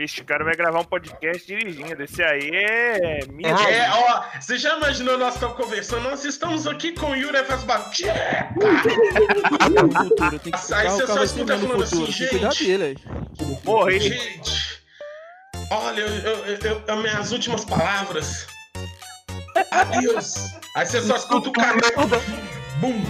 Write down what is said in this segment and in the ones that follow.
Esse cara vai gravar um podcast dirigindo. Esse aí é minha. Ó, você já imaginou nós estamos conversando? Nós estamos aqui com o Yuri faz batida. Aí você só escuta falando assim, gente. Morri. Gente, olha, minhas últimas palavras. Adeus. Aí você só escuta o canal. Bum.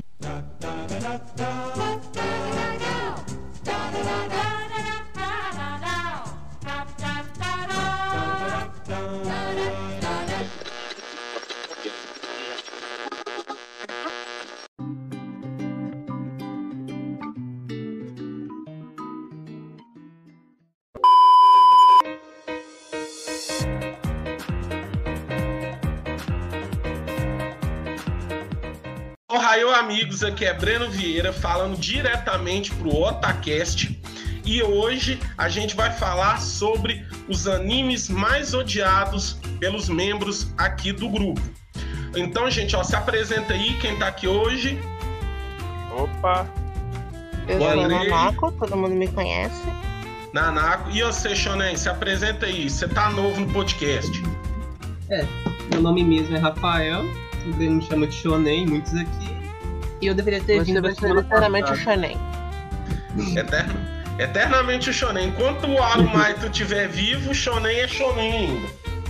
Olá, amigos, aqui é Breno Vieira falando diretamente pro Otacast e hoje a gente vai falar sobre os animes mais odiados pelos membros aqui do grupo. Então, gente, ó, se apresenta aí quem tá aqui hoje. Opa! Eu sou a Nanako, todo mundo me conhece. Nanako. E você, Shonen, se apresenta aí, você tá novo no podcast. Meu nome mesmo é Rafael, o Breno me chama de Shonen, muitos aqui. E eu deveria ter vindo eternamente o Shonen. Eternamente o Shonen. Enquanto o Arumaito estiver vivo, o Shonen é Shonen ainda.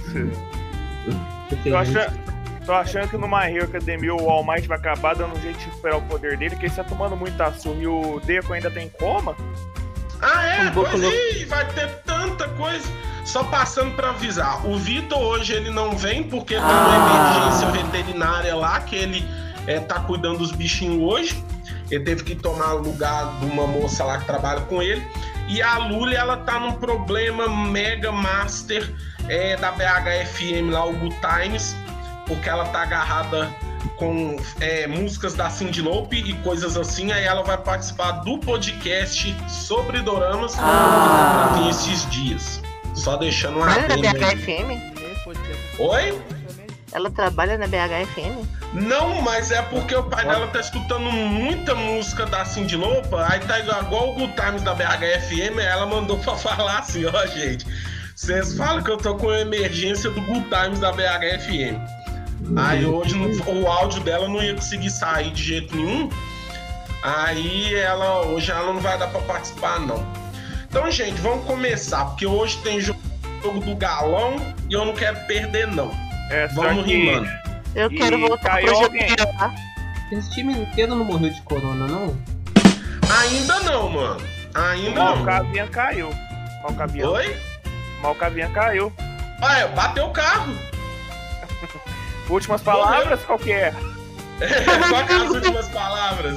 Tô achando que no My Hero Academia o All Might vai acabar dando um jeito de recuperar o poder dele, que ele está tomando muita surra e o Deco ainda tem coma. Pois é, vai ter tanta coisa. Só passando pra avisar, o Vitor hoje ele não vem porque tá numa emergência veterinária lá, que ele tá cuidando dos bichinhos hoje. Ele teve que tomar lugar de uma moça lá que trabalha com ele. E a Luli, ela tá num problema mega master da BHFM lá, o Good Times, porque ela tá agarrada com músicas da Cyndi Lauper e coisas assim. Aí ela vai participar do podcast sobre doramas que tá pra vir esses dias. Só deixando uma Ela é da BHFM? Oi? Ela trabalha na BHFM? Não, mas é porque o pai dela tá escutando muita música da Cyndi Lauper. Aí tá igual o Good Times da BHFM. Ela mandou pra falar assim, ó, gente, vocês falam que eu tô com a emergência do Good Times da BHFM. Aí hoje o áudio dela não ia conseguir sair de jeito nenhum. Aí hoje ela não vai dar pra participar, não. Então, gente, vamos começar, porque hoje tem jogo do galão e eu não quero perder, não. Vamos rimando. Eu quero voltar pro jogo. Esse time inteiro não morreu de corona, não? Ainda não, mano. Ainda não. Malcavinha caiu. Oi? Malcavinha caiu. Bateu o carro. Últimas palavras, qual que é? Qual que é as últimas palavras?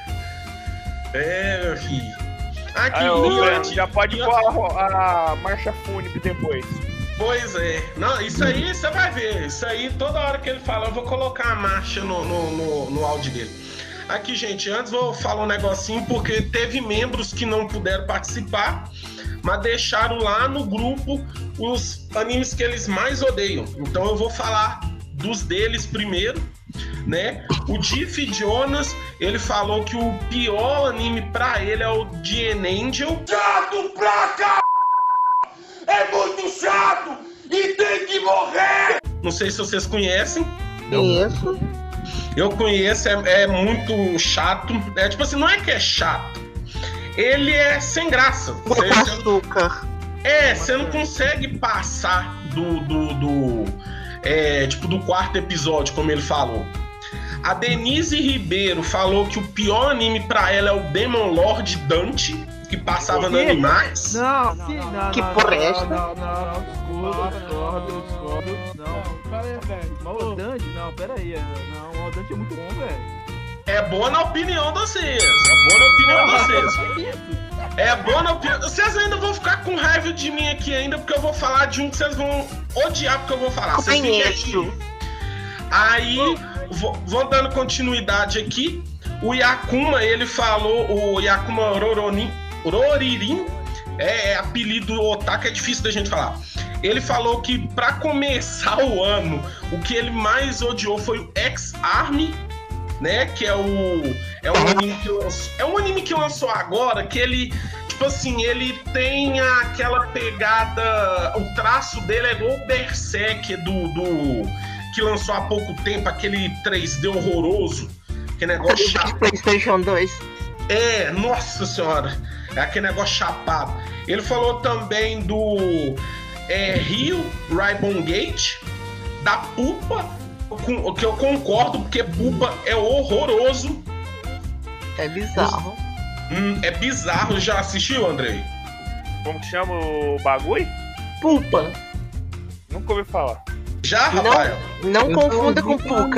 Meu filho. Aqui, já pode pôr a marcha fúnebre depois. Pois é. Não, isso aí você vai ver. Isso aí, toda hora que ele fala, eu vou colocar a marcha no áudio dele. Aqui, gente, antes vou falar um negocinho, porque teve membros que não puderam participar, mas deixaram lá no grupo os animes que eles mais odeiam. Então eu vou falar dos deles primeiro, né? O Diff Jonas, ele falou que o pior anime pra ele é o The Angel. Chato pra cá! É muito chato! E tem que morrer! Não sei se vocês conhecem. Isso. Eu conheço, é muito chato. Tipo assim, não é que é chato. Ele é sem graça. Açúcar. Você não consegue passar do quarto episódio, como ele falou. A Denise Ribeiro falou que o pior anime pra ela é o Demon Lord Dante, que passava no Animax. Não, que porra é essa? Não, discordo. Não, cara, velho. O Dante, não, pera aí. Não, o Dante é muito bom, velho. É boa na opinião de vocês. É boa na opinião. Vocês ainda vão ficar com raiva de mim aqui ainda, porque eu vou falar de um que vocês vão odiar, porque eu vou falar. Vocês fiquem aqui. Aí, vou dando continuidade aqui. O Yakuma, ele falou, o Yakuma Roririn, apelido otaku, é difícil da gente falar. Ele falou que pra começar o ano, o que ele mais odiou foi o X-Army, né? Que é um anime que lançou agora, que ele, tipo tipo assim, ele tem aquela pegada. O traço dele é igual o Berserk que lançou há pouco tempo, aquele 3D horroroso. Aquele negócio chapado. PlayStation 2. Nossa senhora. É aquele negócio chapado. Ele falou também do Rio Rainbow Gate, da Pupa, que eu concordo, porque Pupa é horroroso. É bizarro. É bizarro. Já assistiu, Andrei? Como que chama o bagulho? Pupa. Nunca ouvi falar. Já, Rafael? Não confunda com Puca.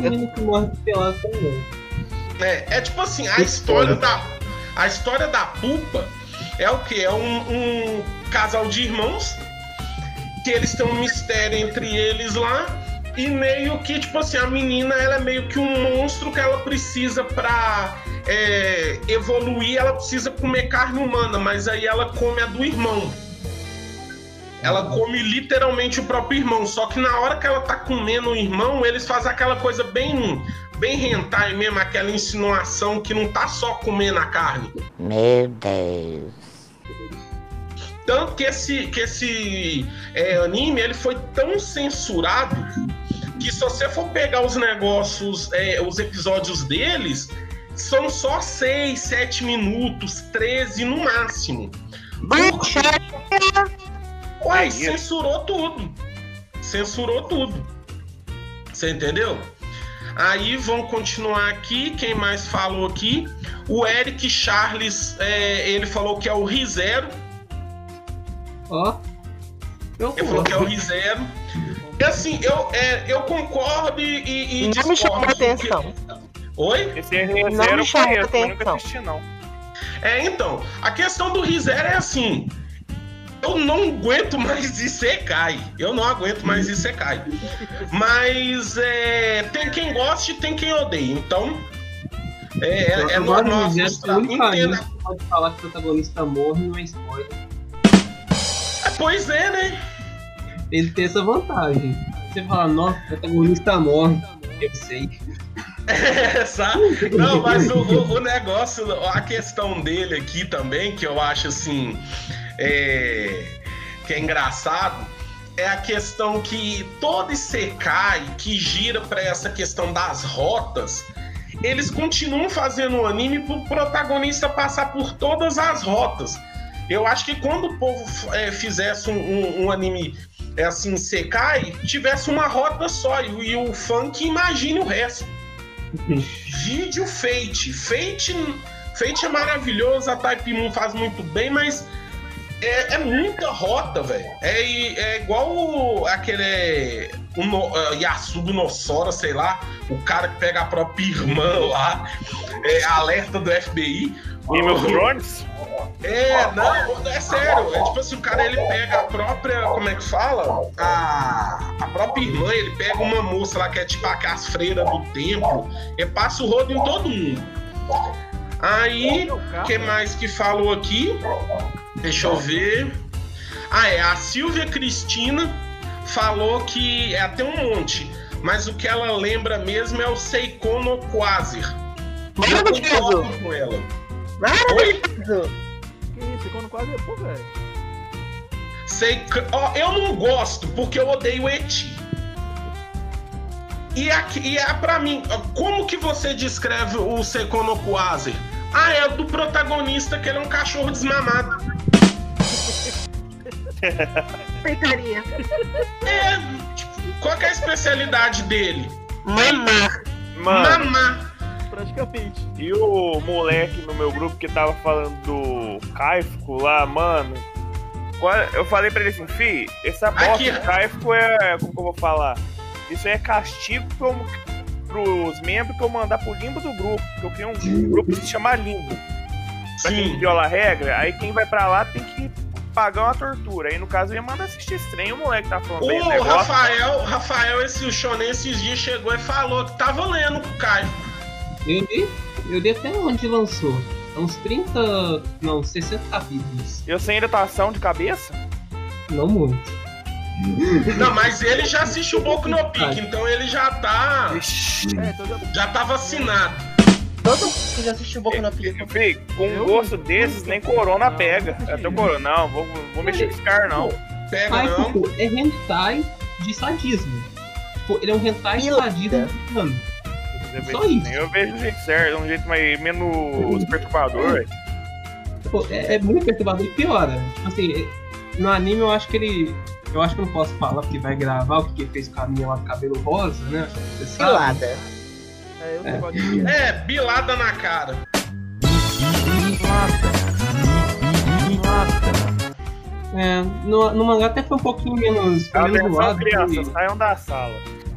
É tipo assim, a história da Pupa é o quê? É um casal de irmãos que eles têm um mistério entre eles lá. E meio que, tipo assim, a menina, ela é meio que um monstro que ela precisa pra evoluir, ela precisa comer carne humana, mas aí ela come a do irmão. Ela come literalmente o próprio irmão, só que na hora que ela tá comendo o irmão, eles fazem aquela coisa bem hentai mesmo, aquela insinuação que não tá só comendo a carne. Meu Deus. Tanto que esse anime, ele foi tão censurado que se você for pegar os negócios, os episódios deles, são só 6, 7 minutos, 13 no máximo. Ué, censurou tudo. Censurou tudo. Você entendeu? Aí vamos continuar aqui. Quem mais falou aqui? O Eric Charles, ele falou que é o ReZero. Ele falou que é o ReZero. E assim, eu concordo e não me chamou a atenção. Oi? Esse ReZero eu conheço, mas nunca assisti, não. Então, a questão do ReZero é assim. Eu não aguento mais Isekai. Eu não aguento mais Isekai. Mas tem quem goste e tem quem odeie. Então, é normal. Pode falar que o protagonista morre, não é spoiler. Pois é, né? Ele tem essa vantagem. Você fala, nossa, o protagonista morre. Eu sei. Sabe? Não, mas o negócio, a questão dele aqui também, que eu acho assim, que é engraçado, é a questão que todo Isekai que gira para essa questão das rotas, eles continuam fazendo o anime pro protagonista passar por todas as rotas. Eu acho que quando o povo fizesse um anime assim, Isekai, tivesse uma rota só e o fã que imagine o resto. Vídeo Fate é maravilhoso, a Type Moon faz muito bem, mas é muita rota, velho. É igual aquele Yasugo no Sora, sei lá, o cara que pega a própria irmã lá, alerta do FBI. Game of Thrones? Não, é sério. É tipo assim, o cara, ele pega a própria, como é que fala? A própria irmã, ele pega uma moça lá que é tipo as freiras do templo e passa o rodo em todo mundo. Aí, o que mais que falou aqui? Deixa eu ver. A Silvia Cristina falou que é até um monte, mas o que ela lembra mesmo é o Seiko no Quasar. Eu concordo com ela. Oi? Que isso? Quando quase é pô, velho. Eu não gosto porque eu odeio Eti. E pra mim, como que você descreve o Seiko no Quasar? É do protagonista, que ele é um cachorro desmamado. Peitaria. Qual que é a especialidade dele? Mamar. Praticamente. E o moleque no meu grupo que tava falando do Kaifuku lá, mano. Eu falei pra ele assim, fi, essa bosta de Kaifuku como que eu vou falar? Isso aí é castigo pros membros que eu mandar pro limbo do grupo. Que eu criei um grupo que se chama Limbo. Pra quem viola a regra, aí quem vai pra lá tem que pagar uma tortura. Aí no caso eu ia mandar assistir estranho, o moleque tá falando bem. O Rafael, o Shonen, esses dias chegou e falou que tava lendo com o Kaifuku. Eu li até onde lançou. Uns 60 capítulos. E você ainda tá ação de cabeça? Não muito. Não, mas ele já assistiu Boku no Pico, então ele já tá. Já tá vacinado. Todo mundo que já assistiu Boku no Pico. Com um gosto desses, nem Corona pega. Até o Corona, não, vou mexer com esse cara, não. Pega não. É hentai de sadismo. Pô, ele é um hentai de sadismo. Mano. Só isso. Eu vejo do jeito certo, um jeito menos perturbador, velho. Pô, é muito perturbador e piora. Tipo assim, no anime eu acho que ele... Eu acho que eu não posso falar porque vai gravar o que ele fez com a minha lá do cabelo rosa, né? Você sabe? Bilada. Bilada na cara. No mangá até foi um pouquinho menos zoado. Crianças, saiam da sala.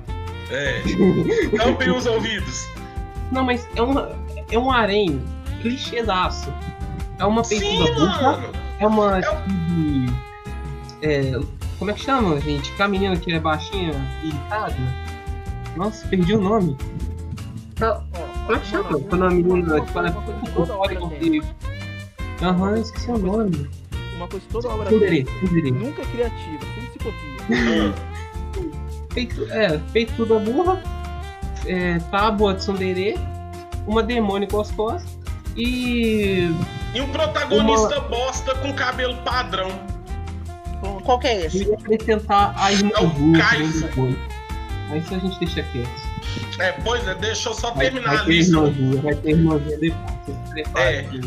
Tampem os ouvidos. Não, mas é um harém clichêzaço. É uma peituda burra. É uma... como é que chama, gente? Aquela menina que é baixinha e irritada. Nossa, perdi o nome. Como é que chama? Quando a menina fala esqueci o nome. Uma coisa toda obra nunca é criativa, sempre se copia. Peituda burra, tábua de tsundere, uma demônio gostosa e um protagonista bosta com cabelo padrão. Qual que é esse? Eu ia acrescentar a irmã Kaifu. Mas isso a gente deixa quieto. Pois é, deixa eu só terminar a lista. Vai ter irmãzinha depois.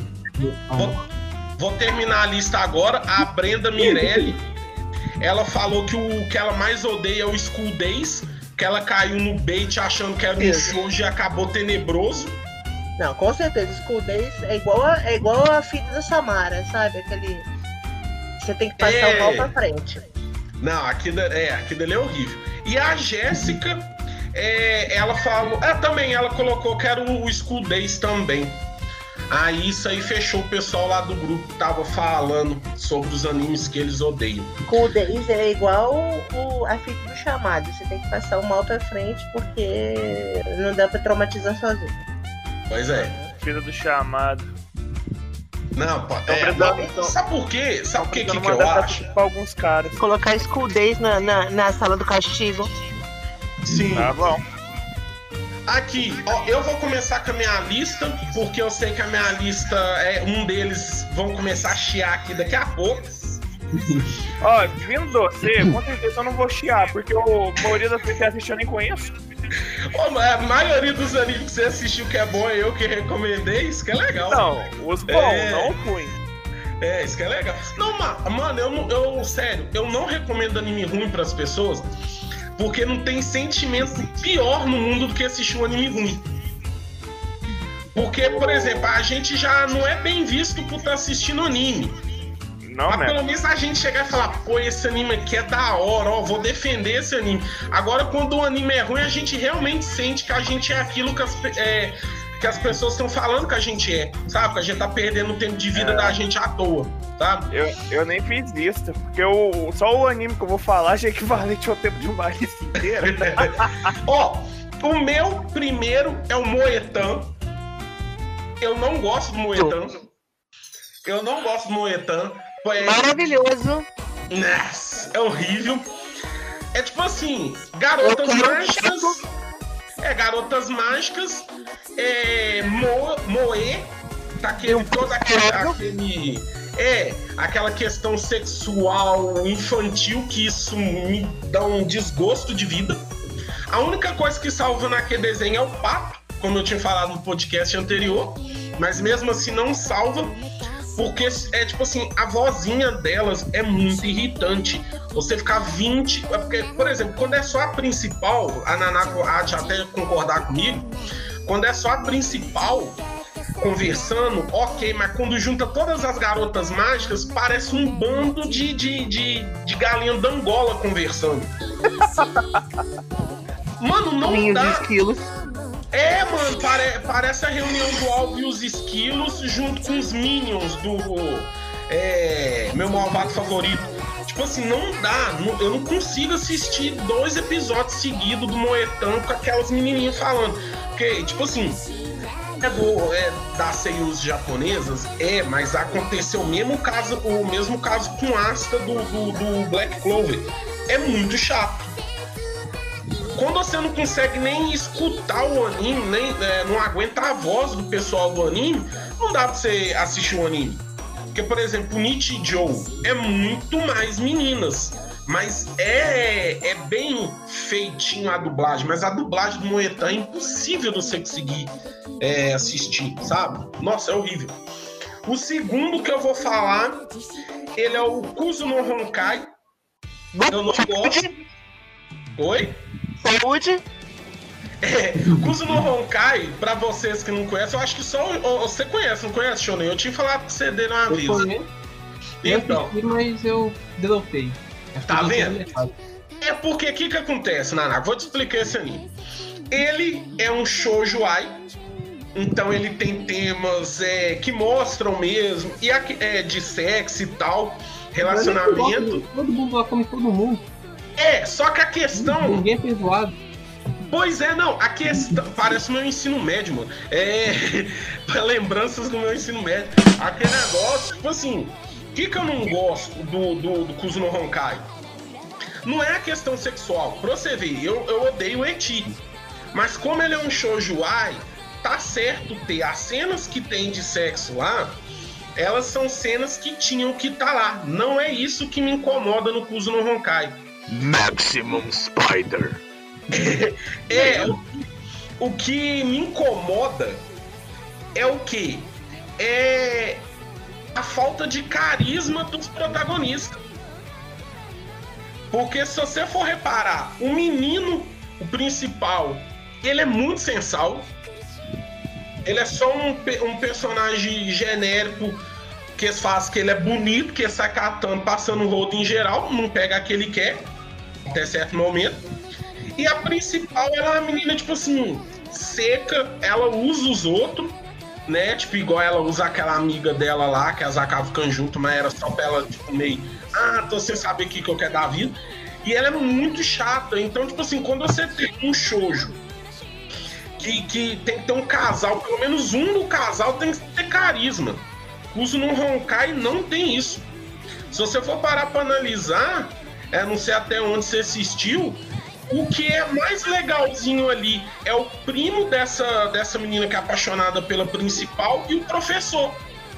Vou terminar a lista agora. A Brenda Mirelli, ela falou que o que ela mais odeia é o School Days, que ela caiu no bait achando que era um shoujo e acabou tenebroso. Não, com certeza, School Days é igual a filha da Samara, sabe? Aquele... Você tem que passar o mal pra frente. Não, aquilo dali é horrível. E a Jéssica, ela falou... também, ela colocou que era o School Days também. Aí isso aí fechou o pessoal lá do grupo que tava falando sobre os animes que eles odeiam. School Days é igual a filha do chamado. Você tem que passar o mal pra frente porque não dá pra traumatizar sozinho. Pois é. Filha do chamado. Não, sabe por quê? Sabe o que eu acho? Pra alguns caras. Colocar School Days na sala do castigo. Sim. Tá bom. Aqui, eu vou começar com a minha lista, porque eu sei que a minha lista um deles vão começar a chiar aqui daqui a pouco. Vindo de você, com certeza eu não vou chiar, porque a maioria das pessoas que assistiu eu nem conheço. A maioria dos animes que você assistiu que é bom é eu que recomendei, isso que é legal. Não, os bons, não ruim. Isso que é legal. Não, mano, sério, eu não recomendo anime ruim pras pessoas, porque não tem sentimento pior no mundo do que assistir um anime ruim. Porque, por exemplo, a gente já não é bem visto por estar assistindo anime. Não, mas pelo menos a gente chegar e falar, pô, esse anime aqui é da hora, vou defender esse anime. Agora, quando o anime é ruim, a gente realmente sente que a gente é aquilo que as pessoas estão falando que a gente é, sabe? Que a gente tá perdendo o tempo de vida da gente à toa, sabe? Eu nem fiz lista, porque só o anime que eu vou falar já é equivalente ao tempo de uma lista inteira. O meu primeiro é o Moetan. Eu não gosto do Moetan. Maravilhoso. Nossa, é horrível. É tipo assim, garotas mágicas. Garotas mágicas. Moe. Tá aquela questão sexual infantil que isso me dá um desgosto de vida. A única coisa que salva naquele desenho é o pato, como eu tinha falado no podcast anterior, mas mesmo assim não salva, porque tipo assim, a vozinha delas é muito irritante. Você ficar 20... Porque, por exemplo, quando é só a principal, a Nanako há de até concordar comigo, quando é só a principal conversando, ok, mas quando junta todas as garotas mágicas, parece um bando de galinha da Angola conversando. Mano, não dá. Esquilos. Mano, parece a reunião do Alvo e os Esquilos junto com os Minions do meu malvado favorito. Tipo assim, não dá. Eu não consigo assistir 2 episódios seguidos do Moetan com aquelas menininhas falando. Porque, tipo assim, das seiyus japonesas, mas aconteceu o mesmo caso com Asta do Black Clover. É muito chato. quando você não consegue nem escutar o anime, nem não aguenta a voz do pessoal do anime, não dá pra você assistir o anime. Porque, por exemplo, o Nichijou é muito mais meninas, mas é bem feitinho a dublagem, mas a dublagem do Moetan é impossível você conseguir assistir, sabe? Nossa, é horrível. O segundo que eu vou falar, ele é o Kuzu no Honkai. Eu não gosto. Oi? Saúde? Kuzu no Honkai, pra vocês que não conhecem, eu acho que só você conhece, não conhece, Shonen? Eu tinha falado pra você dele uma vez. Então, assisti, mas eu deletei. Tá vendo? É porque o que acontece, Naná? Vou te explicar esse anime. Ele é um shoujo ai, então ele tem temas que mostram mesmo, e de sexo e tal, relacionamento. Todo mundo lá come todo mundo. Só que a questão... Ninguém é perdoado. Pois é, não, a questão... Parece o meu ensino médio, mano. Lembranças do meu ensino médio. Aquele negócio, tipo assim... O que eu não gosto do Kuzu no Honkai? Não é a questão sexual. Pra você ver, eu odeio o eti. Mas como ele é um shoujo ai, tá certo ter as cenas que tem de sexo lá, elas são cenas que tinham que estar lá. Não é isso que me incomoda no Kuzu no Honkai. Maximum Spider. O que me incomoda é o quê? É a falta de carisma dos protagonistas. Porque se você for reparar, o menino, o principal, ele é muito sensal. Ele é só um personagem genérico que eles fazem que ele é bonito, que ele sai catando, passando o rodo em geral, não pega aquele que quer, até certo momento. E a principal, ela é uma menina, tipo assim, seca, ela usa os outros, né? Tipo, igual ela usa aquela amiga dela lá, que elas acabam ficando junto, mas era só pra ela, tipo, meio... tô sem saber o que eu quero da vida. E ela é muito chata. Então, tipo assim, quando você tem um shoujo que tem que ter um casal, pelo menos um do casal tem que ter carisma. Kuzu no Honkai não tem isso. Se você for parar pra analisar, não sei até onde você assistiu, o que é mais legalzinho ali é o primo dessa menina que é apaixonada pela principal e o professor,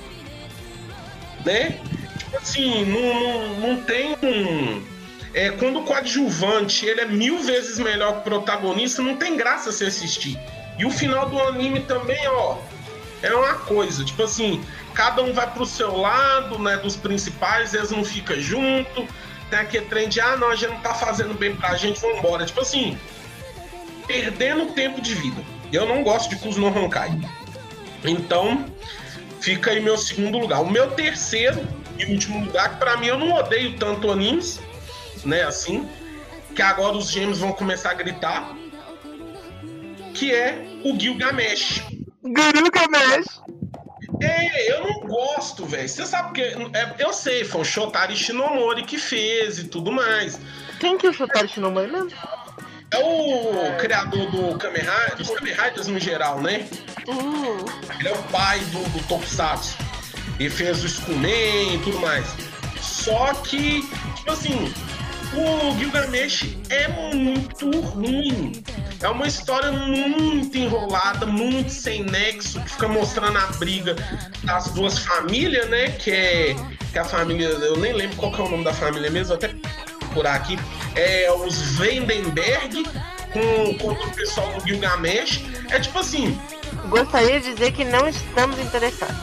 né? Tipo assim, não tem quando o coadjuvante ele é 1000 vezes melhor que o protagonista, não tem graça você assistir. E o final do anime também, é uma coisa, tipo assim, cada um vai pro seu lado, né, dos principais, eles não ficam junto. Tem aquele trem de, não, a gente não tá fazendo bem pra gente, vamos embora. Tipo assim, perdendo tempo de vida. Eu não gosto de Kuzu no Honkai. Então, fica aí meu segundo lugar. O meu terceiro e último lugar, que pra mim eu não odeio tanto animes, né, assim, que agora os gêmeos vão começar a gritar, que é o Gilgamesh. Gilgamesh! Eu não gosto, velho. Você sabe que... eu sei, foi o Shotari Shinomori que fez e tudo mais. Quem que é o Shotari Shinomori mesmo? É o criador do Kamen Rider, dos Kamen Riders no geral, né? Ele é o pai do Tokusatsu. Ele fez o Skunen e tudo mais. Só que, tipo assim, o Gilgamesh é muito ruim. É uma história muito enrolada, muito sem nexo, que fica mostrando a briga das duas famílias, né? Que é a família... Eu nem lembro qual que é o nome da família mesmo, até procurar aqui. É os Vandenberg com o pessoal do Gilgamesh. É tipo assim... Gostaria de dizer que não estamos interessados.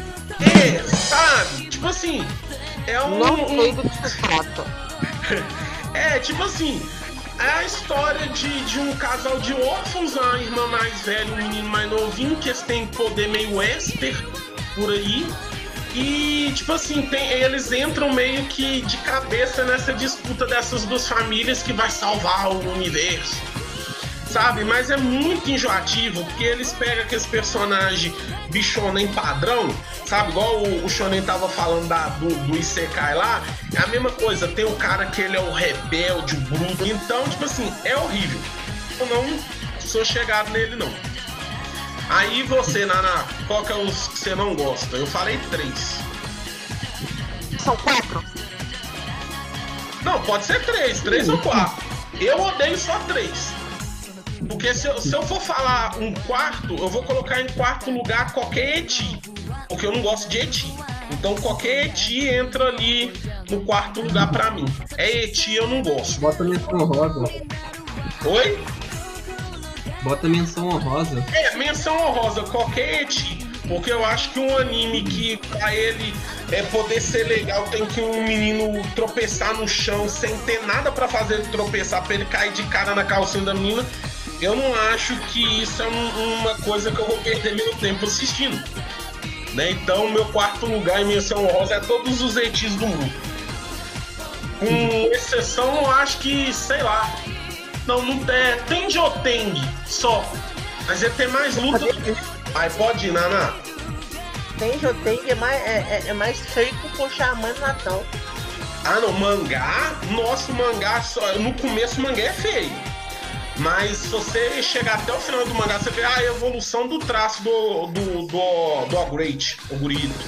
Sabe? Tipo assim... Não sei do que se trata. Tipo assim... É a história de um casal de órfãos, a irmã mais velha e um menino mais novinho, que eles têm poder meio Esper por aí. E, tipo assim, eles entram meio que de cabeça nessa disputa dessas duas famílias que vai salvar o universo, sabe? Mas é muito enjoativo, porque eles pegam aqueles personagens bichonem padrão, sabe? Igual o Shonen tava falando do Isekai lá, é a mesma coisa, tem o cara que ele é o rebelde, o bruto, então, tipo assim, é horrível. Eu não sou chegado nele, não. Aí você, Naná, qual que é os que você não gosta? Eu falei 3. São 4? Não, pode ser 3 ou 4. Eu odeio só 3. Porque se eu for falar um quarto, eu vou colocar em quarto lugar qualquer eti. Porque eu não gosto de eti. Então qualquer eti entra ali no quarto lugar pra mim. É eti, eu não gosto. Bota menção honrosa. Oi? Bota menção honrosa. Menção honrosa, qualquer eti. Porque eu acho que um anime que pra ele poder ser legal tem que um menino tropeçar no chão sem ter nada pra fazer ele tropeçar, pra ele cair de cara na calcinha da menina. Eu não acho que isso é uma coisa que eu vou perder meu tempo assistindo. Né? Então, meu quarto lugar em menção honrosa é todos os etis do mundo. Com exceção, eu acho que, sei lá. Não tem Joteng só. Mas ele tem mais luta. Aí pode ir, Naná. Tem Joteng é mais feito com Xamã no Natal. Ah, não, mangá? Nossa, o mangá, no começo o mangá é feio. Mas se você chegar até o final do mangá, você vê a evolução do traço do Agreat, o Gurito.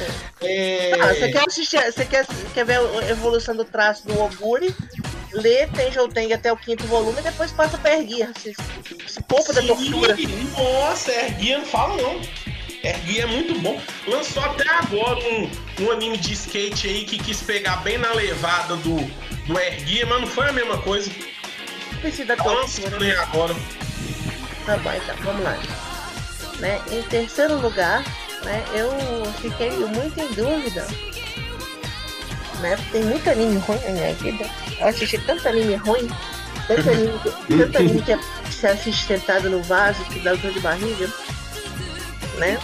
Você quer ver a evolução do traço do Oguri? Lê Tenjoteng até o 5º volume e depois passa pra Erguia. Esse pouco da tortura. Nossa, Erguia não fala não. Erguia é muito bom. Lançou até agora um anime de skate aí que quis pegar bem na levada do Erguia, mas não foi a mesma coisa. Precisa da tortura. Agora. Tá bom, então, vamos lá. Né? Em terceiro lugar, né, eu fiquei muito em dúvida. Né? Tem muito anime ruim na minha vida. Eu assisti tanto anime ruim, tanto anime que se assiste sentado no vaso, que dá dor de barriga, né?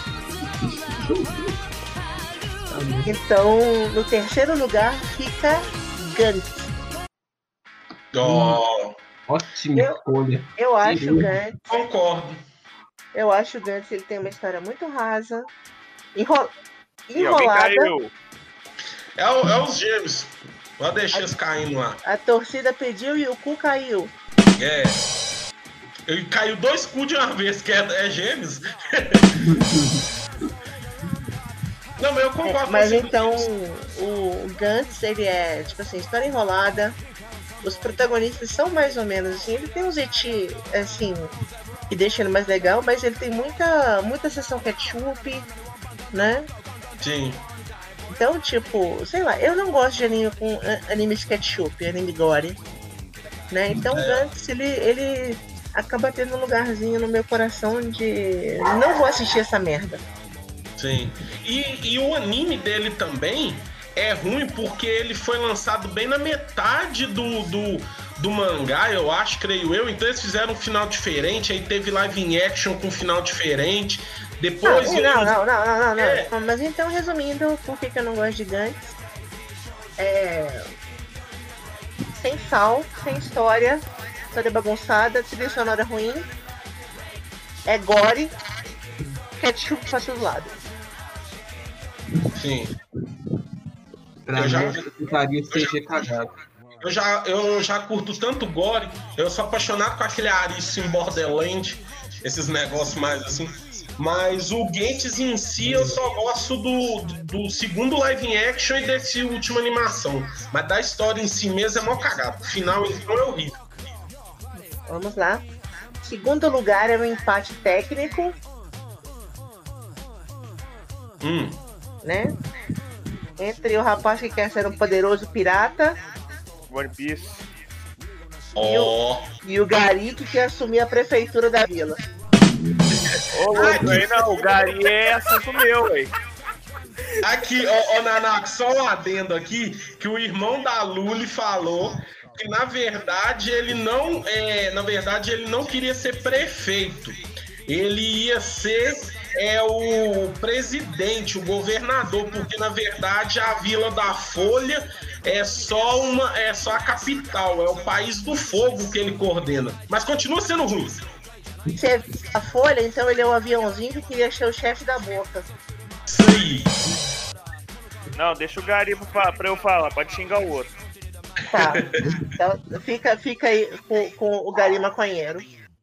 Então, no terceiro lugar fica Gantz. Ótima escolha. Eu acho o Gantz. Concordo. Eu acho o Gantz, ele tem uma história muito rasa, enrolada. É os gêmeos. Pode deixar eles caindo lá. A torcida pediu e o cu caiu. Ele caiu 2 cu de uma vez, que é gêmeos. Não, mas eu concordo. Mas então, o Gantz, ele é, tipo assim, história enrolada. Os protagonistas são mais ou menos assim. Ele tem um eti, assim, que deixa ele mais legal, mas ele tem muita sessão ketchup, né? Sim. Então, tipo, sei lá, eu não gosto de anime com anime ketchup, anime gore, né? Então, o Gantz, ele acaba tendo um lugarzinho no meu coração de não vou assistir essa merda. Sim. E o anime dele também é ruim porque ele foi lançado bem na metade do mangá, eu acho, creio eu. Então eles fizeram um final diferente, aí teve live in action com um final diferente. Depois não. Mas então, resumindo, por que eu não gosto de Gantz? Sem sal, sem história, história bagunçada, trilha sonora ruim, é gore, ketchup pra todo lado. Sim. Eu já curto tanto gore, eu sou apaixonado com aquele Aristo em Borderland, esses negócios mais assim. Mas o Gantz em si eu só gosto do segundo live in action e desse último animação. Mas da história em si mesmo é mó cagado. O final então é horrível. Vamos lá. Segundo lugar é um empate técnico. Né? Entre o rapaz que quer ser um poderoso pirata, One Piece, e o Gari que quer assumir a prefeitura da vila. O Gari é assunto meu, velho. Aqui, Nanak, só um adendo aqui, que o irmão da Luli falou que na verdade ele não queria ser prefeito. Ele ia ser o presidente, o governador, porque na verdade a Vila da Folha é só a capital, é o país do fogo que ele coordena. Mas continua sendo ruim. Se é a Folha, então ele é o aviãozinho que queria ser o chefe da boca. Isso aí. Não, deixa o Gari pra eu falar, pode xingar o outro. Tá. Então fica aí com o Gari maconheiro.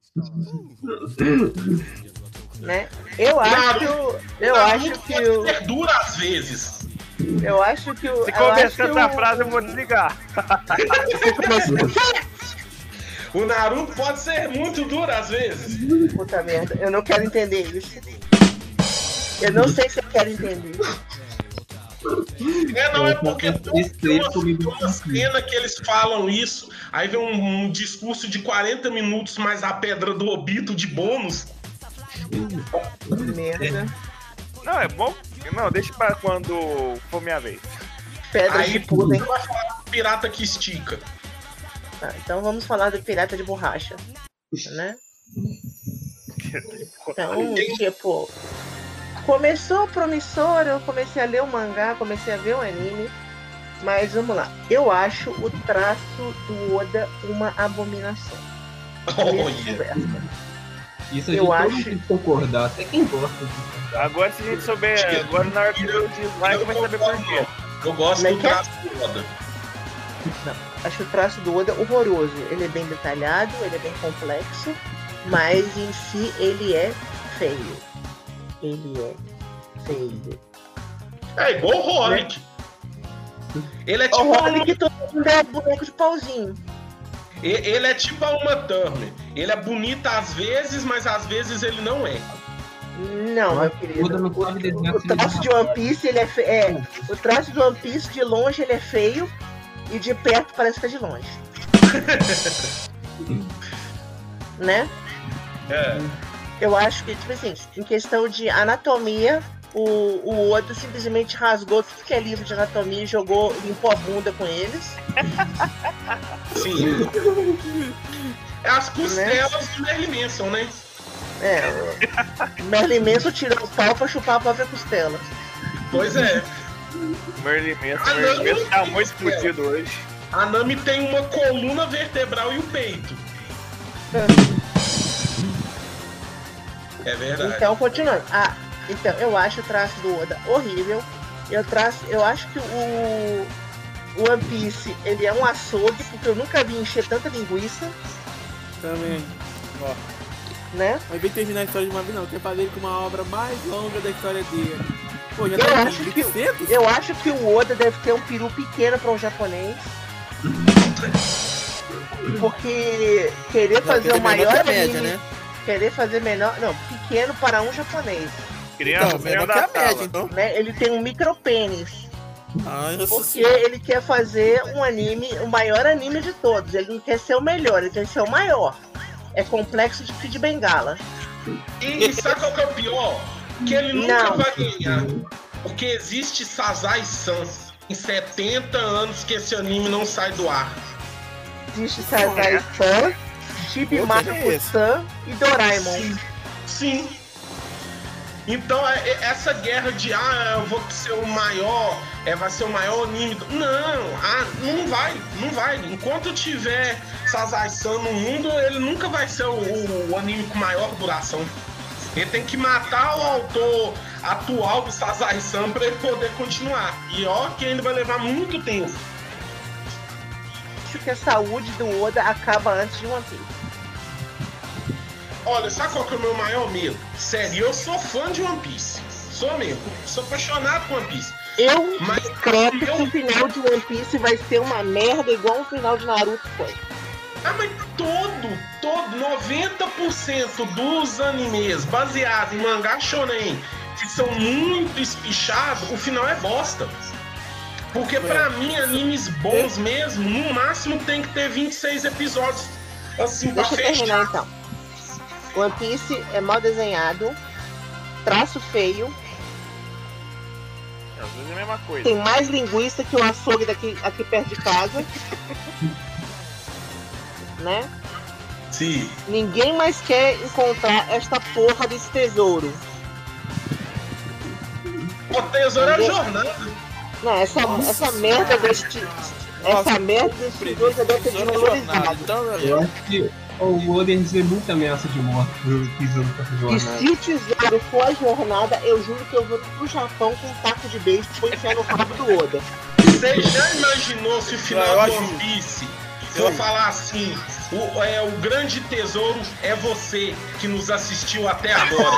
Né? Eu acho que o perdura às vezes. Eu acho que o se começar essa frase eu vou desligar. O Naruto pode ser muito duro às vezes. Puta merda, eu não quero entender isso. Eu não sei se eu quero entender. Não é porque tem uma cena que eles falam isso, aí vem um discurso de 40 minutos mais a pedra do Obito de bônus. Merda. Não, é bom. Não, deixa pra quando for minha vez. Pedra Aí de pudem. vai falar do pirata que estica. Tá, então vamos falar do pirata de borracha, né? Então, tipo, começou promissor, eu comecei a ler o mangá, comecei a ver o anime, mas vamos lá. Eu acho o traço do Oda uma abominação. Isso a gente todo mundo tem que concordar, até quem gosta disso. Agora se a gente souber, agora na hora que eu dislike vai saber por quê. Eu gosto do traço do Oda. Não, acho o traço do Oda horroroso. Ele é bem detalhado, ele é bem complexo, mas em si ele é feio. Ele é feio. É igual o Holic. Ele é tipo o Holic todo mundo é boneco de pauzinho. Ele é tipo a Uma Thurman. Ele é bonito às vezes, mas às vezes ele não é. Não, meu querido. O traço de One Piece, ele é o traço de One Piece de longe ele é feio e de perto parece que é de longe. Né? É. Eu acho que, tipo assim, em questão de anatomia, o Oda simplesmente rasgou tudo que é livro de anatomia e jogou, limpou a bunda com eles. Sim. É as costelas do Merlin Manson, né? Merlin Manson tirou o pau pra chupar a própria costela. Pois é. Merlin Manson tá muito explodido hoje. A Nami tem uma coluna vertebral e o peito. É verdade. Então, continuando. Então, eu acho o traço do Oda horrível. Eu acho que o One Piece, ele é um açougue, porque eu nunca vi encher tanta linguiça. Também. Ó. Né? Não vem terminar a história de uma vez, não. Quer fazer ele com uma obra mais longa da história dele. Pô, já eu acho que o Oda deve ter um peru pequeno para um japonês. Porque querer fazer o maior anime, média, né? Querer fazer menor, não, pequeno para um japonês. Criança, menor que a média, então. Né? Ele tem um micropênis. Porque ele quer fazer um anime, o maior anime de todos. Ele não quer ser o melhor, ele quer ser o maior. É complexo de Kid Bengala. E sabe qual que é o pior? Que ele nunca vai ganhar. Porque existe Sazai-san. Em 70 anos que esse anime não sai do ar. Existe Sazai-san, Chibimaru-san e Doraemon. Sim. Então essa guerra de eu vou ser o maior, vai ser o maior anime. Não vai. Enquanto tiver Sazai-san no mundo, ele nunca vai ser o anime com maior duração. Ele tem que matar o autor atual do Sazai-san pra ele poder continuar. E que ainda vai levar muito tempo. Acho que a saúde do Oda acaba antes de One Piece. Olha, sabe qual que é o meu maior medo? Sério, eu sou fã de One Piece. Sou mesmo. Sou apaixonado por One Piece. Eu creio que o final de One Piece vai ser uma merda igual o final de Naruto foi. Mas todo 90% dos animes baseados em mangá shonen que são muito espichados, o final é bosta. Porque pra mim, animes bons mesmo, no máximo tem que ter 26 episódios. Assim, deixa eu terminar então. One Piece é mal desenhado, traço feio. Às vezes é a mesma coisa. Tem mais linguiça que o açougue aqui perto de casa. Né? Sim. Ninguém mais quer encontrar esta porra desse tesouro. O tesouro é a jornada. Não, essa merda desse. Essa merda desse tesouro já deve ter desvalorizado. Eu acho que o Oda recebeu muita ameaça de morte por tesouro pra essa jornada. E se o tesouro for a jornada, eu juro que eu vou pro Japão com um taco de beijo e vou enfiar no rabo do Oda. Você já imaginou se o final do One Piece eu falar assim, o grande tesouro é você que nos assistiu até agora.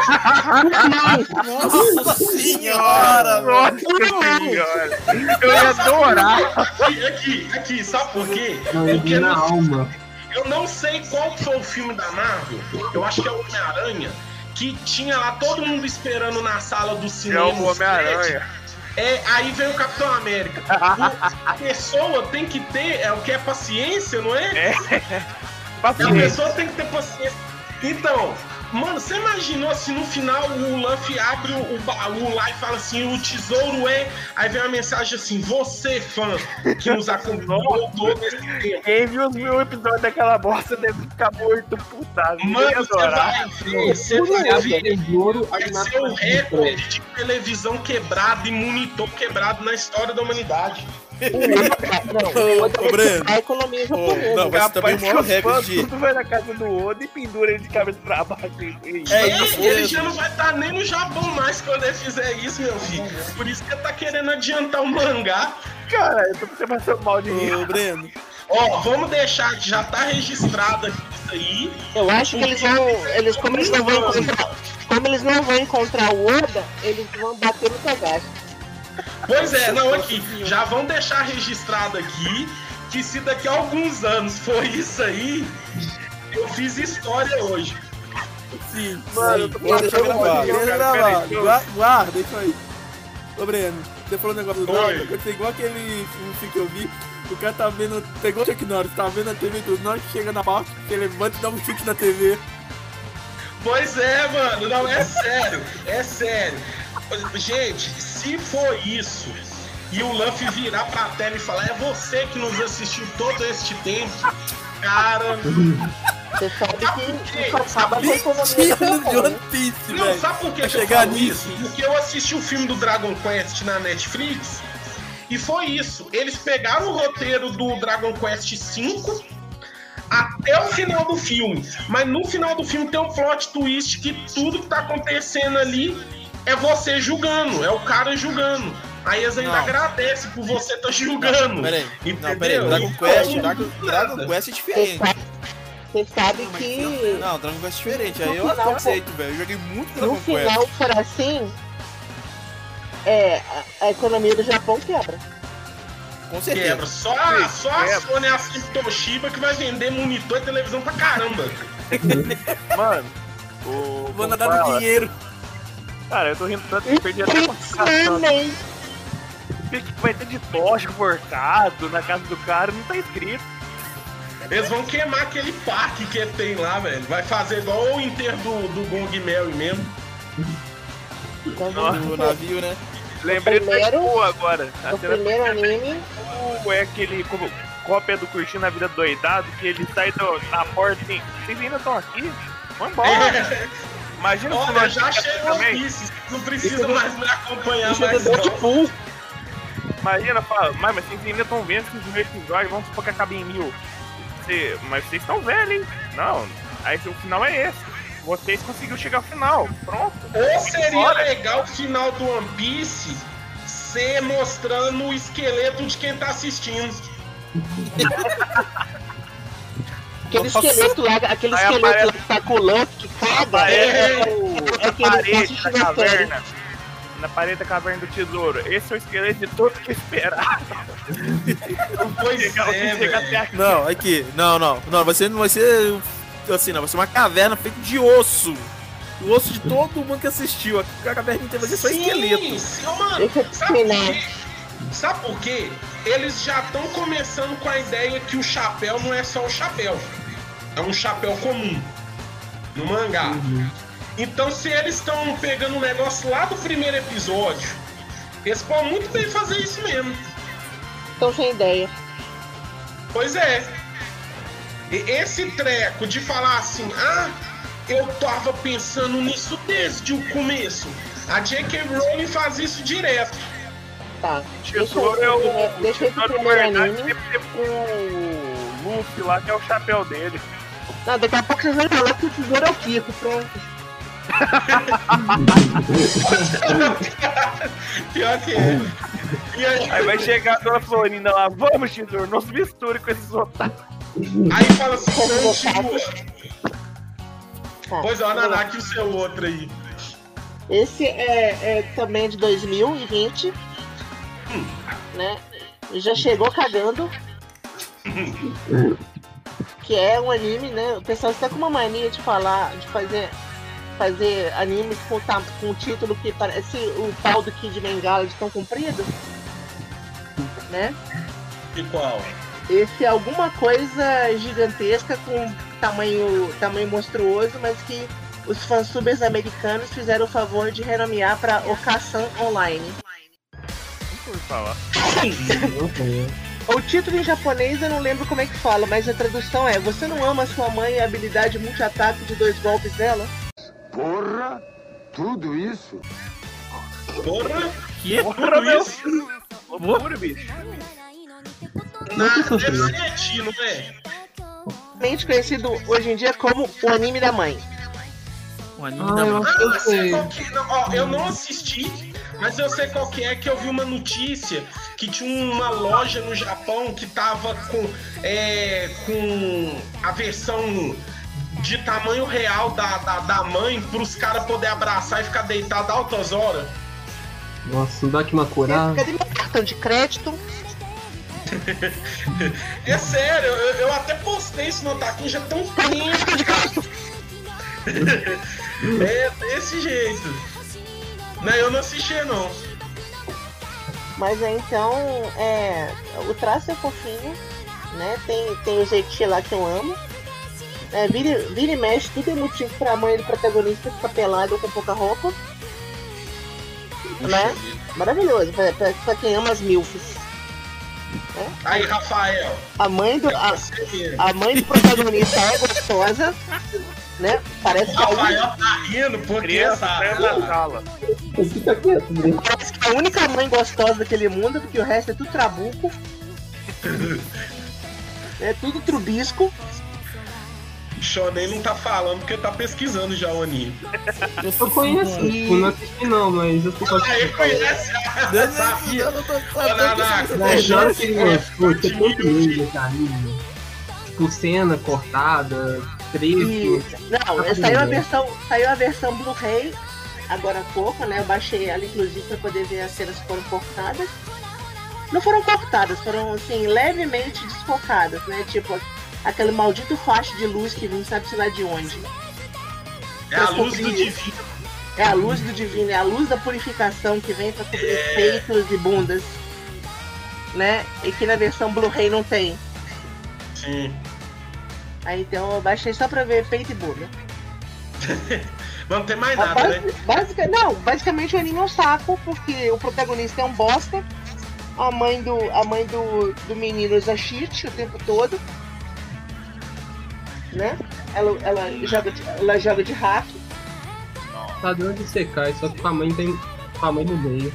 Nossa senhora! Nossa senhora! Eu ia adorar! Aqui, sabe por quê? Porque na alma. Eu não sei qual foi o filme da Marvel, eu acho que é o Homem-Aranha, que tinha lá todo mundo esperando na sala do cinema. É o Homem-Aranha. Aí vem o Capitão América. A pessoa tem que ter o que é paciência, não é? A pessoa tem que ter paciência. Então, mano, você imaginou se no final o Luffy abre o baú lá e fala assim, o tesouro é... Aí vem uma mensagem assim, você, fã, que nos acompanhou todo esse tempo. Quem viu os 1000 episódios daquela bosta deve ficar morto, putado. Mano, você vai ver, vai ser o recorde de televisão quebrada e monitor quebrado na história da humanidade. Ô, Breno. A economia japonesa. Não, mas também o maior recorde. Tudo vai na casa do Oda e pendura ele de cabeça pra baixo. Ele já não vai estar nem no Japão mais quando ele fizer isso, meu filho. Por isso que ele tá querendo adiantar o mangá. Cara, eu tô passando mal de rir. Ô, Breno. Ó, vamos deixar que já tá registrado aqui isso aí. Eu acho que como eles não vão encontrar o Oda, eles vão bater no Togashi. Pois é, não, aqui, já vão deixar registrado aqui que se daqui a alguns anos for isso aí, eu fiz história hoje. Sim, mano, deixa eu gravar. Guarda isso aí. Ô, Breno, você falou um negócio do Nord, aconteceu igual aquele filme que eu vi. O cara tá vendo, pegou o Chuck Norris, tá vendo a TV do Norris, chega na parte, ele levanta e dá um chute na TV. Pois é, mano, não, é sério, é sério. Gente, se for isso e o Luffy virar pra tela e falar, é você que nos assistiu todo este tempo, cara. Você sabe que só acaba com a economia de One Piece, não, velho. sabe por que eu falo isso? Porque eu assisti o filme do Dragon Quest na Netflix e foi isso. Eles pegaram o roteiro do Dragon Quest V até o final do filme, mas no final do filme tem um plot twist que tudo que tá acontecendo ali é você julgando, é o cara julgando. Aí eles ainda agradecem por você tá julgando. Peraí, entendeu? Dragon Quest é diferente. Você sabe que... Não, Dragon Quest é diferente, aí eu aceito, velho. Eu joguei muito Dragon Quest. No final, for assim, a economia do Japão quebra. Com certeza. Quebra. Só a Sony e a Toshiba que vai vender monitor e televisão pra caramba. Mano, vou nadar no dinheiro. Cara, eu tô rindo tanto que perdi até a concentração. Vai ter de tocha cortado na casa do cara, não tá escrito. Eles vão queimar aquele parque que ele tem lá, velho. Vai fazer igual o enterro do Gong Mary mesmo. No navio, né? Lembrei do agora. O primeiro anime é aquele cópia do Curtindo a Vida Doidado, que ele sai da porta assim, vocês ainda estão aqui? Vamos embora. Imagina se nós já chegou isso, não precisa mais me acompanhar mais não. Imagina, fala, mas vocês ainda estão vendo que os meus episódios, vamos supor que acaba em 1000. Mas vocês estão velhos, hein? Não, aí o final é esse. Vocês conseguiram chegar ao final, pronto. Ou seria legal o final do One Piece ser mostrando o esqueleto de quem tá assistindo. Aquele esqueleto lá que tá com o Luffy, que caga, parede da caverna. Na parede da caverna do tesouro. Esse é o esqueleto de todo que esperava. Não, aqui. Não, vai ser assim, não, vai ser uma caverna feita de osso. O osso de todo mundo que assistiu. A caverna inteira vai ser só esqueleto. Mano, sabe por quê? Eles já estão começando com a ideia que o chapéu não é só o chapéu. É um chapéu comum. No mangá. Então, se eles estão pegando um negócio lá do primeiro episódio, eles podem muito bem fazer isso mesmo. Estão sem ideia. Pois é. E esse treco de falar assim, eu tava pensando nisso desde o começo. A J.K. Rowling faz isso direto. Tá. Deixa esse primeiro anime com o Luffy lá, que é o chapéu dele. Não, daqui a pouco vocês vão falar que o tesouro é o Kiko, pronto. Pior que é. Aí vai chegar a dona Florinda lá, vamos, tesouro, não se misture com esses otários. Aí fala assim, pois é, Nanak, o seu outro aí. Esse é também de 2020, né? Já chegou cagando. Que é um anime, né? O pessoal está com uma mania de falar, de fazer animes com um título que parece o pau do Kid Bengala de tão comprido, né? E qual? Esse é alguma coisa gigantesca com tamanho monstruoso, mas que os fansubers americanos fizeram o favor de renomear para Okasan Online. Não vou falar. O título em japonês eu não lembro como é que fala, mas a tradução é: você não ama sua mãe e a habilidade multi-ataque de 2 golpes dela? Porra! Tudo isso? Porra! Que Tudo isso? Loucura, bicho. Não é? Conhecido hoje em dia como o anime da mãe. O anime da mãe. Eu sei qual que é. Ó, eu não assisti, mas eu sei qual que é, que eu vi uma notícia que tinha uma loja no Japão que tava com a versão de tamanho real da mãe pros caras poderem abraçar e ficar deitado altas horas. Nossa, não dá aqui uma coragem. Cadê meu cartão de crédito? É sério, eu até postei isso no Otaku já tão tempo. É desse jeito. Não, eu não assisti não. Mas então, o traço é fofinho, né? Tem o jeitinho lá que eu amo. Vira e mexe, tudo é motivo pra mãe do protagonista ficar pelado ou com pouca roupa. Né? Maravilhoso, pra quem ama as milfs. Aí, Rafael. A mãe do protagonista é gostosa, né? Parece que Rafael tá rindo porque Fica quieto, né? parece que a única mãe gostosa daquele mundo, porque o resto é tudo trabuco. É tudo trubisco. Shonen não tá falando porque tá pesquisando já o anime. Eu conheci, não assisti não, mas eu tô Aí conhece Eu sabia. Eu não tô sabendo. Na hora que ele mostrou, tinha tanto lindo esse anime. Tipo, cena cortada, trecho. Não, saiu a versão Blu-ray agora há pouco, né? Eu baixei ela inclusive pra poder ver as cenas que foram cortadas. Não foram cortadas, foram assim, levemente desfocadas, né? Tipo, aquele maldito faixa de luz que vem sabe-se lá de onde. É a luz do divino. É a luz do divino, é a luz da purificação que vem pra cobrir peitos e bundas. Né? E que na versão Blu-ray não tem. Sim. Aí então eu baixei só pra ver peito e bunda. Não tem mais nada, né? Basicamente o anime é um saco, porque o protagonista é um bosta. A mãe do menino usa cheat o tempo todo. Né? Ela joga de hack. Padrão de Sekai, só que com a mãe no meio.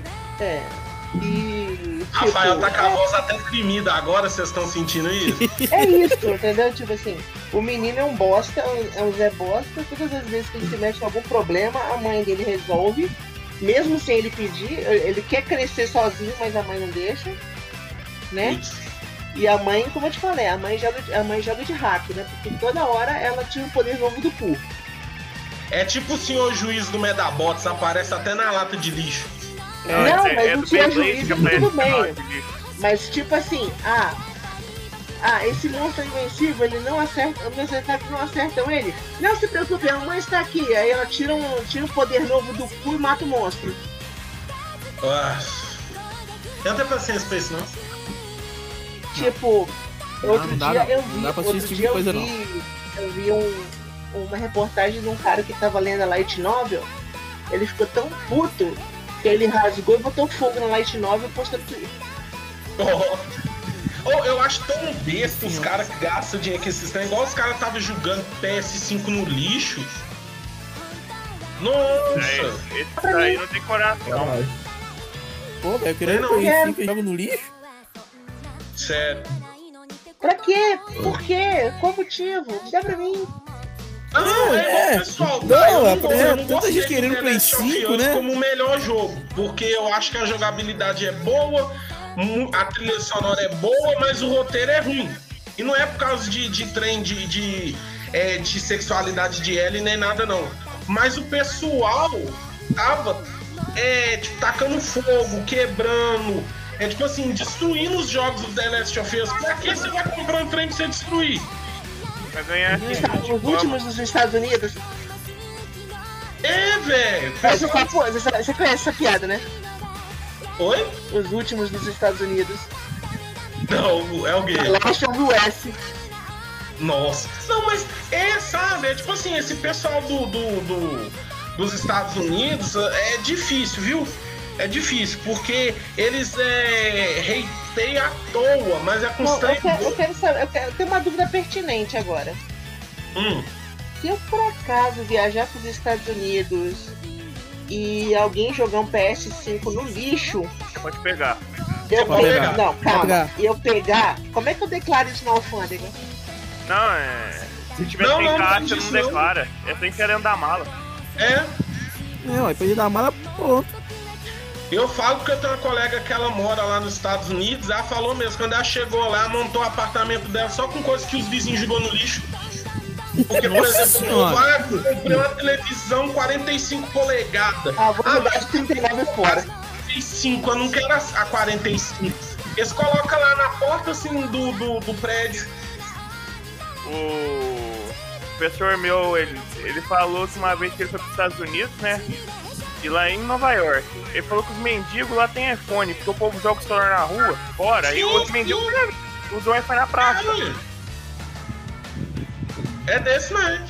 E. Rafael tá com a voz até tremida agora, vocês estão sentindo isso? É isso, entendeu? Tipo assim, o menino é um bosta, é um Zé Bosta. Todas as vezes que ele se mete em algum problema, a mãe dele resolve. Mesmo sem ele pedir, ele quer crescer sozinho, mas a mãe não deixa. Né? E a mãe, como eu te falei, a mãe joga de hack, né? Porque toda hora ela tira o poder novo do cu. É tipo o senhor juiz do Medabots, aparece até na lata de lixo. Mas não tinha juiz, tudo bem. Mas tipo assim, esse monstro é invencível, ele não acerta, meus ataques não acertam ele. Não se preocupe, a mãe está aqui. Aí ela tira um poder novo do cu e mata o monstro. Eu não tenho paciência pra isso, não. Tipo, outro dia eu vi uma reportagem de um cara que tava lendo a Light Novel. Ele ficou tão puto que ele rasgou e botou fogo na Light Novel e postou no Twitter. Eu acho tão besta os caras que gastam dinheiro com esses trem. Igual os caras estavam julgando PS5 no lixo. Nossa! Esse aí não tem coração. Pô, velho, eu queria um PS5 que joga no lixo? Sério. Pra quê? Por quê? Qual motivo? Dá pra mim. Pessoal, por exemplo, tanta gente querendo Play 5, né? Como o melhor jogo, porque eu acho que a jogabilidade é boa, a trilha sonora é boa, mas o roteiro é ruim. E não é por causa de trem de sexualidade de Ellie nem nada não. Mas o pessoal tava tipo, tacando fogo, quebrando, tipo assim, destruindo os jogos do The Last of Us. Pra que você vai comprar um trem pra você destruir? Vai ganhar aqui. Os últimos dos Estados Unidos. Velho. Você conhece essa piada, né? Oi? Os últimos dos Estados Unidos. Não, é o quê? Last of US. Nossa. Não, mas sabe, é tipo assim, esse pessoal dos Estados Unidos é difícil, viu? É difícil, porque eles hateiam à toa, mas é constante. Eu quero saber, eu tenho uma dúvida pertinente agora. Se eu por acaso viajar para os Estados Unidos e alguém jogar um PS5 no lixo, pode pegar. Não, calma. E eu pegar, como é que eu declaro isso na alfândega? Não, se tiver sem caixa, não declara. É sem querendo da mala. Não, aí pode dar mala, pronto. Eu falo porque eu tenho uma colega que ela mora lá nos Estados Unidos, ela falou mesmo, quando ela chegou lá, montou o apartamento dela só com coisas que os vizinhos jogou no lixo. Porque, por exemplo, eu comprei uma televisão 45 polegadas. Vou mudar de 39 fora. 45, eu não quero a 45. Eles colocam lá na porta, assim, do prédio. O professor meu, ele falou que uma vez que ele foi para os Estados Unidos, né? E lá em Nova York, ele falou que os mendigos lá tem iPhone, porque o povo joga o celular na rua, fora, e os mendigos usam o iPhone na praça. É desse mesmo.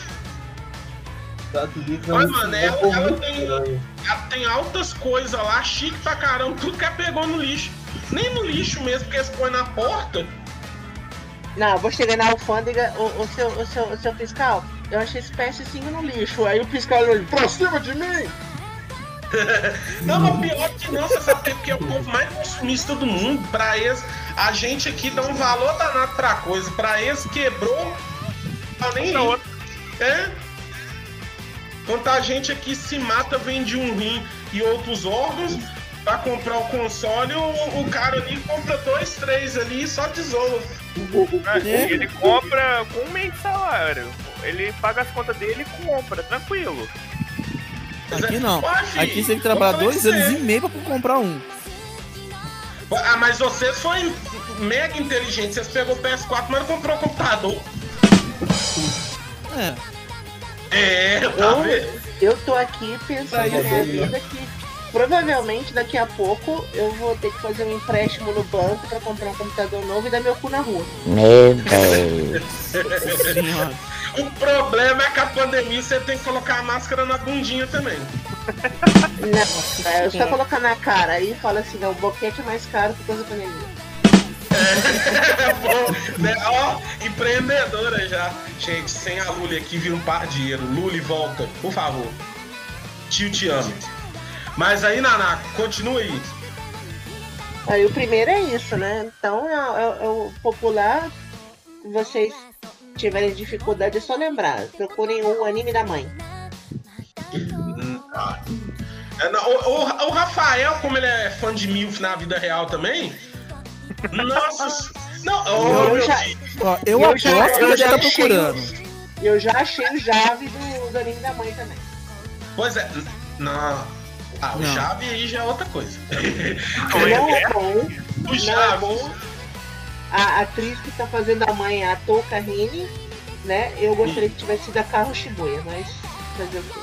Mas, mano, ela tem altas coisas lá, chique pra caramba, tudo que ela pegou no lixo. Nem no lixo mesmo, porque eles põem na porta. Não, vou chegar na alfândega, o seu fiscal, eu achei esse PS5 no lixo. Aí o fiscal olhou, pra cima de mim! Não, mas pior que não, você sabe porque é o povo mais consumista do mundo. Pra eles, a gente aqui dá um valor danado pra coisa. Pra eles, quebrou, nem rim. Quando a gente aqui se mata, vende um rim e outros órgãos pra comprar o console, o cara ali compra 2, 3 ali e só tesoura. Ele compra com um mês de salário. Ele paga as contas dele e compra, tranquilo. Aqui não. Aqui você tem que trabalhar 2 anos e meio pra comprar um. Mas vocês foram mega inteligentes. Vocês pegou o PS4, mas não comprou o computador. Eu tô aqui pensando na minha vida que provavelmente daqui a pouco eu vou ter que fazer um empréstimo no banco pra comprar um computador novo e dar meu cu na rua. Meu Deus. O problema é que a pandemia você tem que colocar a máscara na bundinha também. Não, é só colocar na cara e fala assim, não, o boquete é mais caro por causa da pandemia. Né? Ó, empreendedora já. Gente, sem a Luli aqui vira um par de dinheiro. Luli, volta, por favor. Tio, te amo. Mas aí, Naná, continua aí. Aí o primeiro é isso, né? Então é o popular. Vocês tiverem dificuldade, é só lembrar. Procurem o anime da mãe. O Rafael, como ele é fã de MILF na vida real também. Nossa. Não, eu aposto que ele já tá procurando. Eu já achei o Jave do anime da mãe também. Pois é. Não. O Jave aí já é outra coisa. Não é bom. O Jave. A atriz que tá fazendo a mãe é a Touka Hine, né? Eu gostaria que tivesse sido a Carro Shibuya, mas fazer o quê?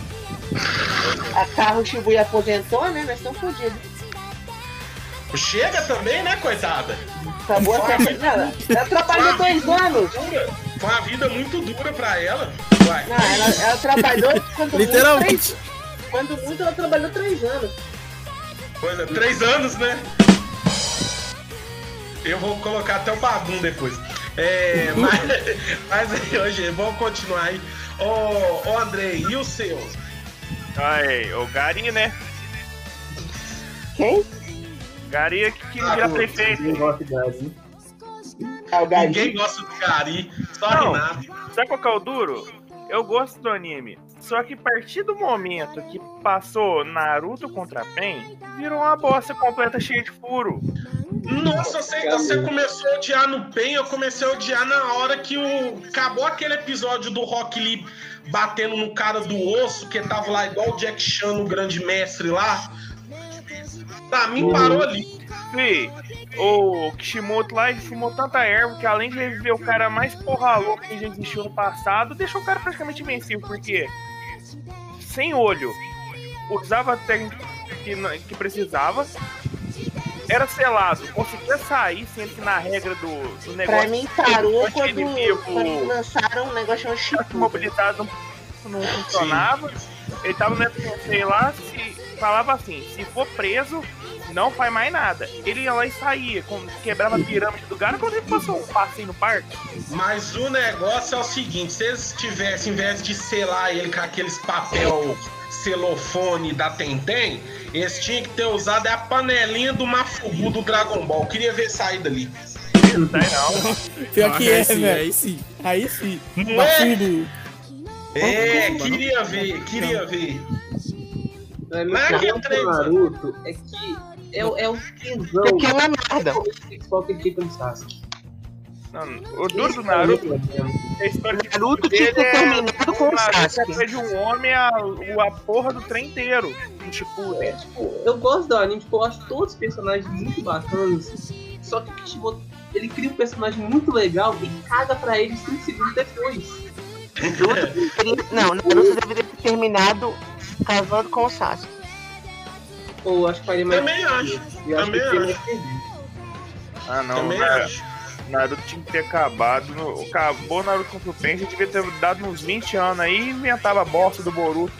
A Carro Shibuya aposentou, né? Nós estamos fodidos. Chega também, né, coitada? Acabou a vida. Ela trabalhou 2 anos. Foi uma vida muito dura pra ela. Vai. Não, ela trabalhou literalmente. Quando muito, ela trabalhou 3 anos. Pois é, 3 anos, né? Eu vou colocar até o bagum depois. Mas aí, hoje, vamos continuar aí. Ô Andrei, e o seu? O Gari, né? Quem? Gari que vira prefeito. O Gari. Ninguém gosta do Gari, só Renato. Sabe qual que é o duro? Eu gosto do anime. Só que a partir do momento que passou Naruto contra Pen, virou uma bosta completa cheia de furo. Nossa, você começou a odiar no Pen, eu comecei a odiar na hora que acabou aquele episódio do Rock Lee batendo no cara do osso, que tava lá igual o Jack Chan, o grande mestre lá. Pra mim parou ali. Fih, o Kishimoto lá, ele fumou tanta erva que além de reviver o cara mais porra louca que já existiu no passado, deixou o cara praticamente invencível, porque sem olho, usava a técnica que precisava, era selado, conseguia sair, sendo que na regra do negócio... Pra mim parou quando lançaram um negócio chamado Shippuden. Mobilizado não funcionava, ele tava no FNC lá, falava assim, se for preso, não faz mais nada. Ele ia lá e saía, quebrava a pirâmide do cara quando ele passou um passeio no parque. Mas o negócio é o seguinte, se eles tivessem, em vez de selar ele com aqueles papel celofone da Tentem, eles tinham que ter usado a panelinha do Mafubu do Dragon Ball. Eu queria ver sair dali. Não sai não. Pior que é, velho. Aí sim. Mafubu. Queria ver. Mas o Naruto é que é o tesão. É que é uma merda. Principal que ele fica no Sasuke. Não, o duro do Naruto é a história de Naruto tinha que ter terminado com o Sasuke. De um homem a porra do trem inteiro. Tipo, eu gosto do anime, eu acho todos os personagens muito bacanas. Só que o Kishimoto, ele cria um personagem muito legal e caga pra ele 5 segundos depois. Não, Naruto deveria ter terminado casando com o Sasuke. Ou acho que faria mais. Também acho. Ah, não. Também acho. Naruto tinha que ter acabado. Acabou Naruto contra o Pen, já devia ter dado uns 20 anos aí e inventava a bosta do Boruto.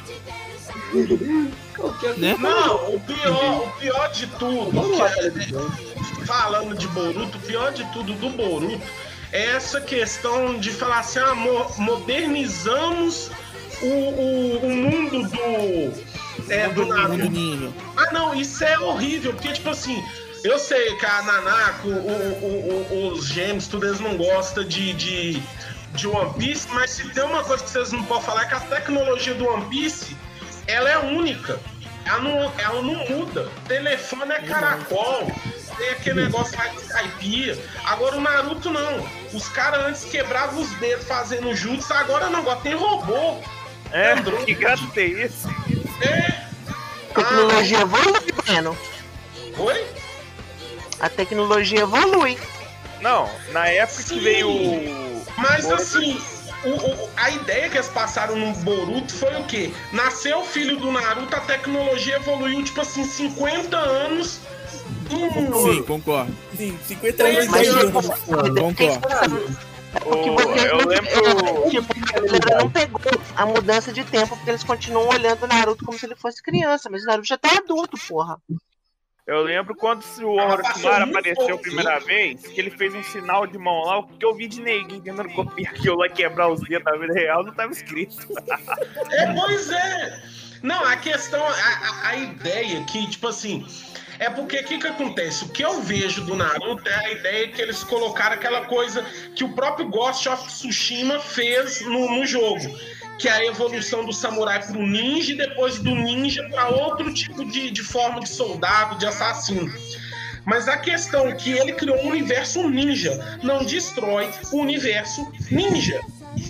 Né? Não, o pior de tudo, falando de Boruto, o pior de tudo do Boruto é essa questão de falar assim, modernizamos o mundo do Naruto. Ah, não, isso é horrível, porque tipo assim, eu sei que a Nanako, os gêmeos, tudo eles não gostam de One Piece, mas se tem uma coisa que vocês não podem falar é que a tecnologia do One Piece, ela é única. Ela não muda. Telefone é caracol. Tem aquele negócio de caipia. Agora o Naruto não. Os caras antes quebravam os dedos fazendo jutsu, agora não. Agora tem robô. Que gato tem isso? Tecnologia evolui, Breno. Oi? A tecnologia evolui. Não, na época que veio Mas assim, a ideia que eles passaram no Boruto foi o quê? Nasceu o filho do Naruto, a tecnologia evoluiu, tipo assim, 50 anos. Sim, concordo. Sim, 50 anos concordo. Eu lembro. Tipo, a galera não pegou a mudança de tempo, porque eles continuam olhando o Naruto como se ele fosse criança, mas o Naruto já tá adulto, porra. Eu lembro quando o Orochimaru apareceu a primeira vez, que ele fez um sinal de mão lá, o que eu vi de neguinho tentando copiar aquilo lá, quebrar os dedos da vida real, não tava escrito. Pois é. Não, a questão, a ideia que, tipo assim, é porque o que acontece? O que eu vejo do Naruto é a ideia que eles colocaram aquela coisa que o próprio Ghost of Tsushima fez no jogo, que é a evolução do samurai pro ninja e depois do ninja para outro tipo de forma de soldado, de assassino. Mas a questão é que ele criou um universo ninja, não destrói o universo ninja.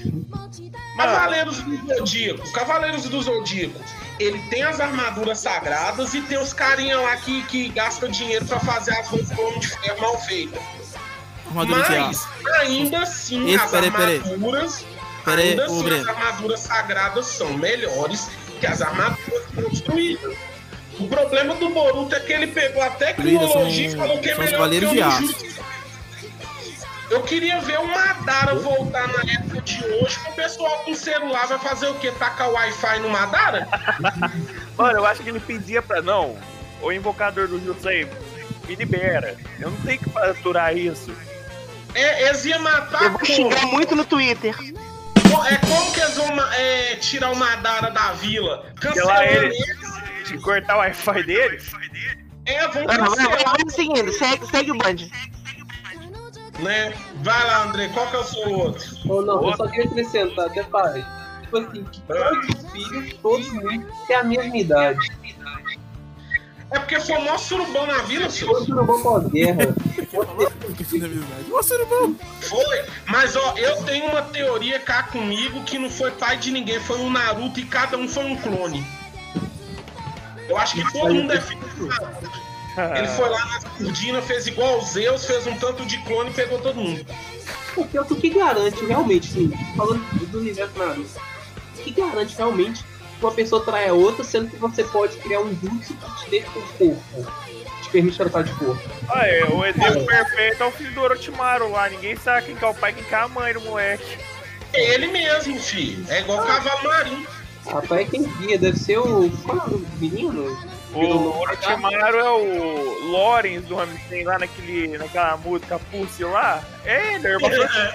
Cavaleiros do Zodíaco, ele tem as armaduras sagradas e tem os carinha lá que gastam dinheiro pra fazer as roupas do Homem de Ferro mal feitas. Mas ainda assim as armaduras sagradas são melhores que as armaduras construídas. O problema do Boruto é que ele pegou a tecnologia e falou que é melhor que o Jutsu. Eu queria ver o Madara voltar na época de hoje, que o pessoal com celular vai fazer o quê? Tacar Wi-Fi no Madara? Mano, eu acho que ele pedia pra não. O invocador do Jutsu aí, me libera. Eu não tenho que aturar isso. Eles iam matar. Eu vou xingar muito no Twitter. Como que eles vão tirar o Madara da vila? Cancelar ele. De cortar o Wi-Fi dele? Vão cancelar. Vamos seguindo, segue o Band. Né? Vai lá, André, qual que é o seu outro? Eu só queria acrescentar, até pai. Tipo assim, que todos os filhos, todos muitos, têm a mesma idade. É porque foi o maior surubão na vila, senhor. Foi o surubão pós-guerra. O surubão. Foi, mas ó, eu tenho uma teoria cá comigo que não foi pai de ninguém, foi um Naruto e cada um foi um clone. Eu acho que todo mundo é filho do Naruto. Ele foi lá na Surdina, fez igual os Zeus, fez um tanto de clone e pegou todo mundo. Porque é o que garante realmente, sim, falando do universo Naruto, o que garante realmente que uma pessoa trai a outra, sendo que você pode criar um jutsu que te deixa com o corpo, te permite trocar de corpo. O exemplo perfeito é o filho do Orochimaru lá, ninguém sabe quem que é o pai, quem que é a mãe do moleque. É ele mesmo, filho, é igual o cavalo marinho. Rapaz, quem guia, deve ser o... Qual é o menino? O Orochimaru é o Lawrence do Hamilton lá naquela música Pussy lá. É ele, irmão.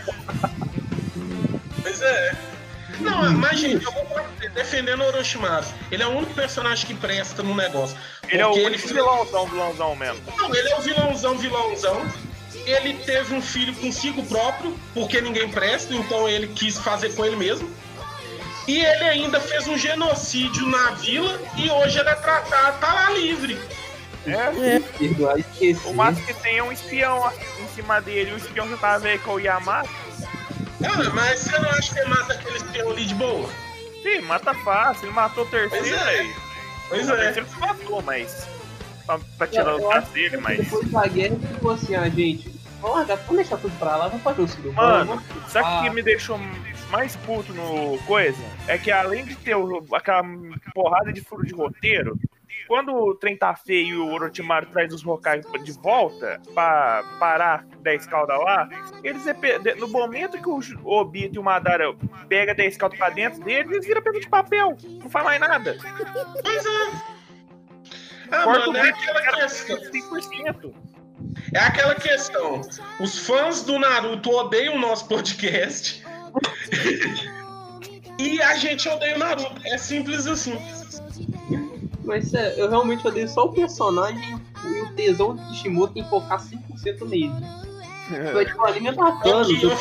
Pois é. Não, mas gente, eu vou defendendo o Orochimaru. Ele é o único personagem que presta no negócio. Ele é o único vilãozão mesmo. Não, ele é o vilãozão. Ele teve um filho consigo próprio, porque ninguém presta, então ele quis fazer com ele mesmo. E ele ainda fez um genocídio na vila e hoje ele é tratado, tá lá livre. O máximo que tem é um espião em cima dele. O espião já tava aí com o Yamato. Mas você não acha que ele mata aquele espião ali de boa? Sim, mata fácil. Ele matou o terceiro aí. Pois O é. terceiro se matou, mas... Pra tirar o braço dele, mas... Depois da guerra, ele ficou assim, gente... Vamos deixar tudo pra lá, vamos fazer o segundo. Mano, sabe o que me deixou mais puto no coisa? É que além de ter aquela porrada de furo de roteiro, quando o trem tá feio e o Orochimaru traz os Hokage de volta pra parar 10 cauda lá, eles, no momento que o Obito e o Madara pega 10 cauda pra dentro deles, eles viram pedaço de papel, não faz mais nada. Pois é. Corta mano, é aquela questão. 100%. É aquela questão. Os fãs do Naruto odeiam o nosso podcast. E a gente odeia o Naruto. É simples assim. Mas eu realmente odeio só o personagem e o tesão de Kishimoto em focar 100% nele. Foi tipo, o anime é bacana.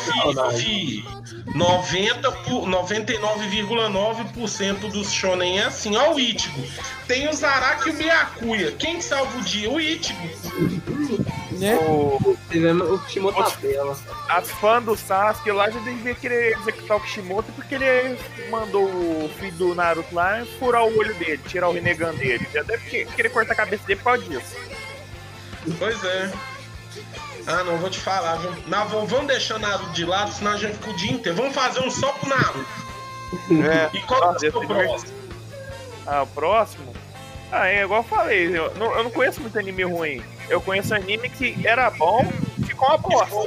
99,9% dos shonen é assim. Ó o Ichigo. Tem o Zaraki e o Byakuya. Quem salva o dia? O Ichigo. Né? O Kishimoto tá bela. As fãs do Sasuke lá já devia querer executar o Kishimoto porque ele mandou o filho do Naruto lá furar o olho dele, tirar o Rinnegan dele. Já deve querer cortar a cabeça dele por causa disso. Pois é. Não, vou te falar, viu? Vamos deixar o Naruto de lado, senão a gente fica o dia inteiro. Vamos fazer um só pro Naruto. E qual que é o próximo? O próximo? É igual eu falei, eu não conheço muito anime ruim. Eu conheço anime que era bom, ficou uma bosta.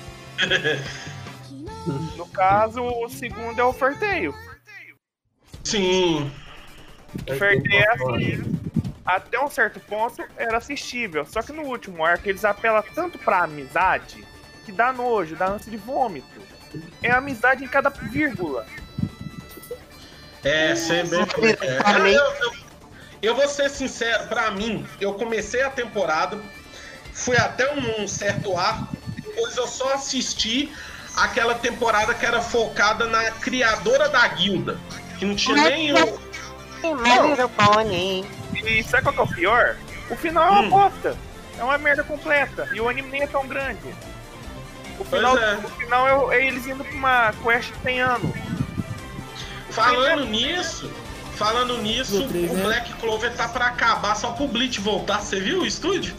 No caso, o segundo é o Ferteio. Sim. O Ferteio é assim, até um certo ponto era assistível. Só que no último arco eles apelam tanto pra amizade que dá nojo, dá ânsia de vômito. É amizade em cada vírgula. Sei bem. Eu vou ser sincero, pra mim, eu comecei a temporada, fui até um certo arco, depois eu só assisti aquela temporada que era focada na criadora da guilda, que não tinha nem o... E sabe qual que é o pior? O final é uma bosta, é uma merda completa, e o anime nem é tão grande. O final é eles indo pra uma quest de 100 anos. Falando nisso, o Black Clover tá pra acabar só pro Bleach voltar. Você viu o estúdio?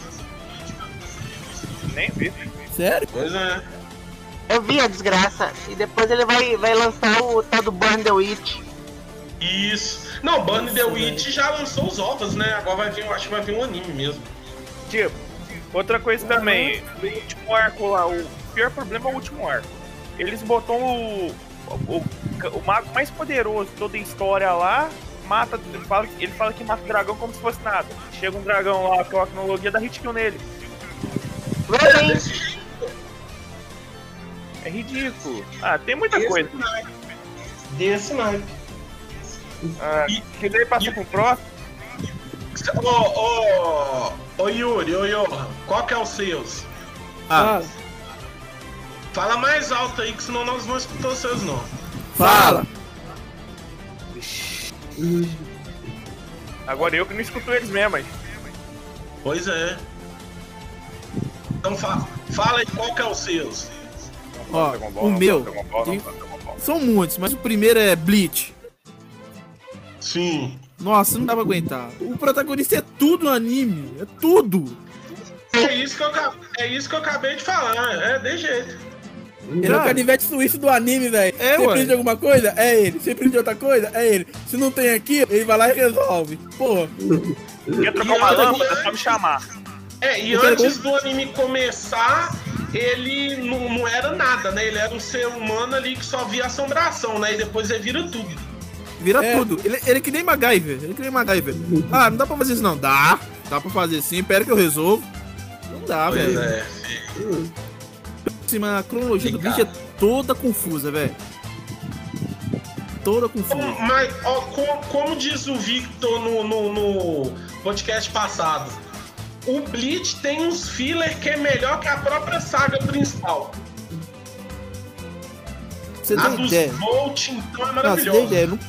Nem vi. Sério? Pois é. Eu vi a desgraça. E depois ele vai lançar o tal do Burn the Witch. Isso. Não, Burn the Witch já lançou os ovos, né? Agora vai vir, eu acho que vai vir um anime mesmo. Tipo, outra coisa também, no último arco lá, o pior problema é o último arco. Eles botam o mago mais poderoso de toda a história lá, mata, ele fala que mata o dragão como se fosse nada. Chega um dragão lá com a tecnologia da hit kill nele. É ridículo. Tem muita coisa. Desse naipe. Que daí passa pro próximo. Ô Yuri, qual que é os seus? Fala mais alto aí, que senão nós vamos escutar os seus não. Fala! Agora eu que não escuto eles mesmo, hein? Pois é. Então fala aí qual que é os seus. O meu. São muitos, mas o primeiro é Bleach. Sim. Nossa, não dá pra aguentar. O protagonista é tudo no anime. É tudo. É isso que eu acabei de falar. É de jeito. Ele é o canivete suíço do anime, velho. Você precisa de alguma coisa? É ele. Você precisa de outra coisa? É ele. Se não tem aqui, ele vai lá e resolve. Porra. Quer trocar uma lâmpada? É só me chamar. E antes do anime começar, ele não era nada, né? Ele era um ser humano ali que só via assombração, né? E depois ele vira tudo. Vira tudo. Ele é que nem MacGyver. Ah, não dá pra fazer isso não. Dá pra fazer sim. Pera que eu resolvo. Não dá, velho. A cronologia do bicho é toda confusa, velho. Toda confusa. Mas, ó, como diz o Victor no podcast passado, o Bleach tem uns filler que é melhor que a própria saga principal. Você tem ideia? Volt, então, é maravilhosa. Você tem ideia?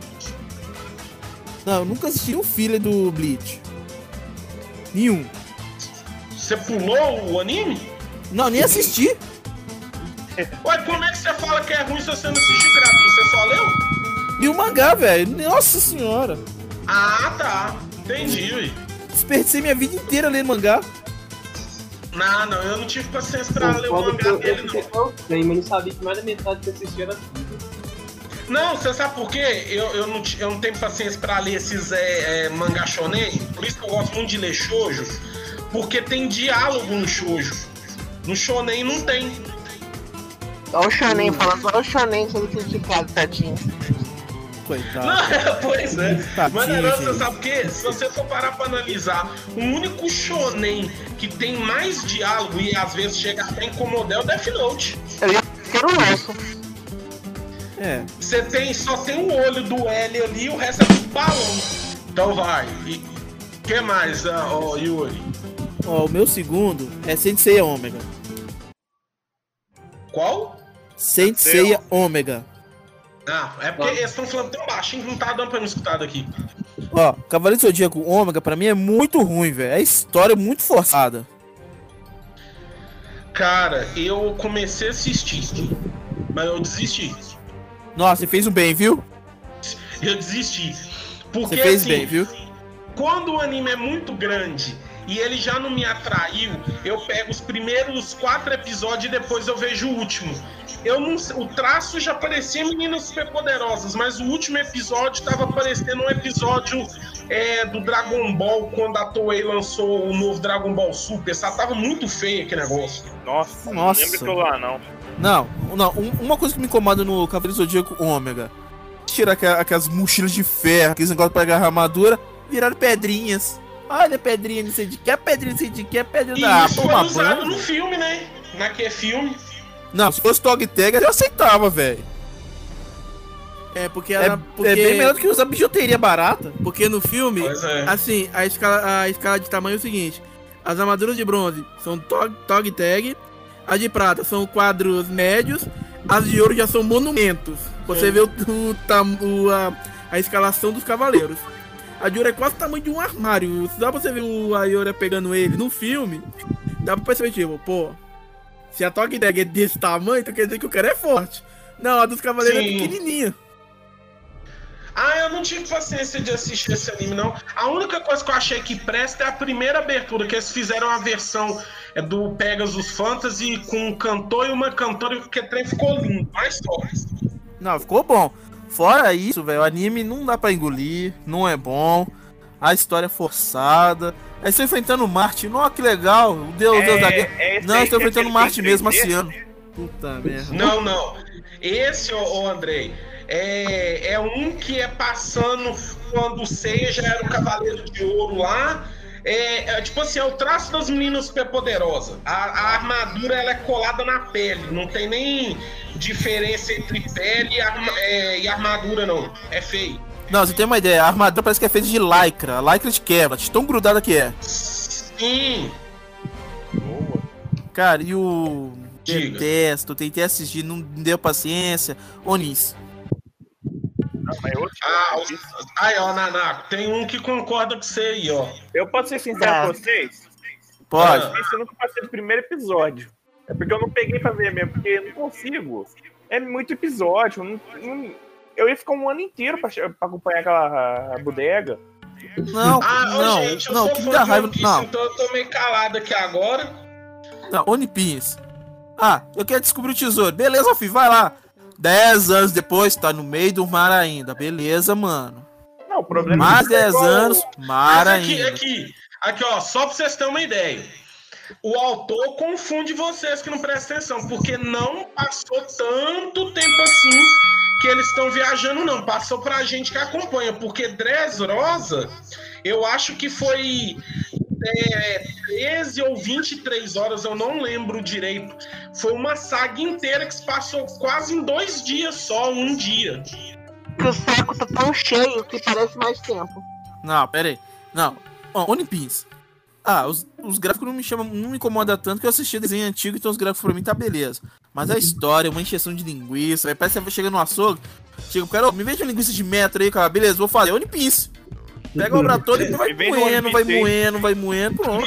Eu nunca assisti um filler do Bleach. Nenhum. Você pulou o anime? Não, nem assisti. Ué, como é que você fala que é ruim se você não assistiu, Crato? Você só leu? E o mangá, velho. Nossa senhora. Ah, tá. Entendi, ui. Desperdicei minha vida inteira lendo mangá. Não, eu não tive paciência pra ler o mangá dele, não. Eu sei, mas não sabia que mais da metade que eu assistia era tudo. Não, você sabe por quê? Eu não tenho paciência pra ler esses mangá shonen. Por isso que eu gosto muito de ler shoujo. Porque tem diálogo no shoujo. No shonen não tem. Olha o shonen falando, olha o shonen sendo criticado, tadinho. Coitado. Não, pois é. Tadinho, Mas você sabe o quê? Se você for parar pra analisar, o único shonen que tem mais diálogo e às vezes chega até a incomodar é o Death Note. Eu quero essa. Você só tem o olho do L ali e o resto é tudo balão. Então vai. E que mais, Yuri? O meu segundo é Sensei Ômega. Qual? Sensei Ômega. Ah, é porque eles estão falando tão baixinho que não tá dando pra me escutar daqui. Cavaleiro do Zodíaco Ômega pra mim é muito ruim, velho. A história é muito forçada. Cara, eu comecei a assistir, mas eu desisti. Nossa, você fez um bem, viu? Eu desisti. Porque você fez bem, viu? Quando o anime é muito grande e ele já não me atraiu, eu pego os primeiros 4 episódios e depois eu vejo o último. O traço já parecia Meninas Superpoderosas, mas o último episódio tava parecendo um episódio do Dragon Ball, quando a Toei lançou o novo Dragon Ball Super. Tava muito feio aquele negócio. Nossa. Não lembro que eu lá, não. Não, uma coisa que me incomoda no Cavaleiro do Zodíaco Ômega: tira aquelas mochilas de ferro, aqueles negócios pra agarrar a armadura, viraram pedrinhas. Olha, pedrinha, não sei de que, pedrinha, não sei de que, pedrinha da isso foi usado no filme, né? Naquele filme. Não, se fosse Tog Tag, eu aceitava, velho. Porque é bem melhor do que usar bijuteria barata. Porque no filme, assim, a escala de tamanho é o seguinte: as armaduras de bronze são Tog Tag, as de prata são quadros médios, as de ouro já são monumentos. Você vê a escalação dos cavaleiros. A de ouro é quase o tamanho de um armário. Se dá pra você ver a Yora pegando ele no filme, dá pra perceber, tipo, pô, se a Tog Tag é desse tamanho, então quer dizer que o cara é forte. Não, a dos cavaleiros é pequenininha. Eu não tive paciência de assistir esse anime, não. A única coisa que eu achei que presta é a primeira abertura, que eles fizeram a versão do Pegasus Fantasy com um cantor e uma cantora, que o trem ficou lindo, mas só. Não, ficou bom. Fora isso, velho, o anime não dá pra engolir, não é bom, a história é forçada. Aí estão enfrentando Marte, nossa, que legal, o Deus da guerra. Não, estão enfrentando Marte mesmo, marciano. Puta merda. Não. Esse, Andrei, é um que é passando quando o Seiya já era o Cavaleiro de Ouro lá. Tipo assim, é o traço das meninas superpoderosas. A armadura ela é colada na pele, não tem nem diferença entre pele e armadura, não. É feio. Não, você tem uma ideia, a armadura parece que é feita de lycra. A lycra te quebra, de tão grudada que é. Sim. Boa. Cara, e o... Detesto, tentei assistir, não deu paciência. Onis. Nanako, tem um que concorda com você aí, ó. Eu posso ser sincero com vocês? Pode. Eu nunca passei do primeiro episódio. É porque eu não peguei pra ver mesmo, porque eu não consigo. É muito episódio. eu ia ficar um ano inteiro pra acompanhar aquela bodega. Não, gente, eu não, sou que fã dá de raiva, One Piece, não. então eu tô meio calado aqui agora. Não, One Piece. Ah, eu quero descobrir o tesouro. Beleza, filho, vai lá. 10 anos depois, tá no meio do mar ainda. Beleza, mano. Não, o problema Mais é 10 anos, mar ainda. Aqui, ó, só pra vocês terem uma ideia. O autor confunde vocês que não prestam atenção, porque não passou tanto tempo assim que eles estão viajando, não. Passou pra gente que acompanha, porque Dressrosa, eu acho que foi 13 ou 23 horas, eu não lembro direito. Foi uma saga inteira que se passou quase em 2 dias só, um dia. Que o saco tá tão cheio que parece mais tempo. Não, pera aí. Não, One Piece. Ah, os gráficos não me incomodam tanto que eu assisti desenho antigo, então os gráficos pra mim tá beleza. Mas a história, uma encheção de linguiça, véio, parece que você chega no açougue, chega o cara, me vende uma linguiça de metro aí, cara, beleza, vou fazer One Piece. Pega o obra toda e vai moendo, pronto.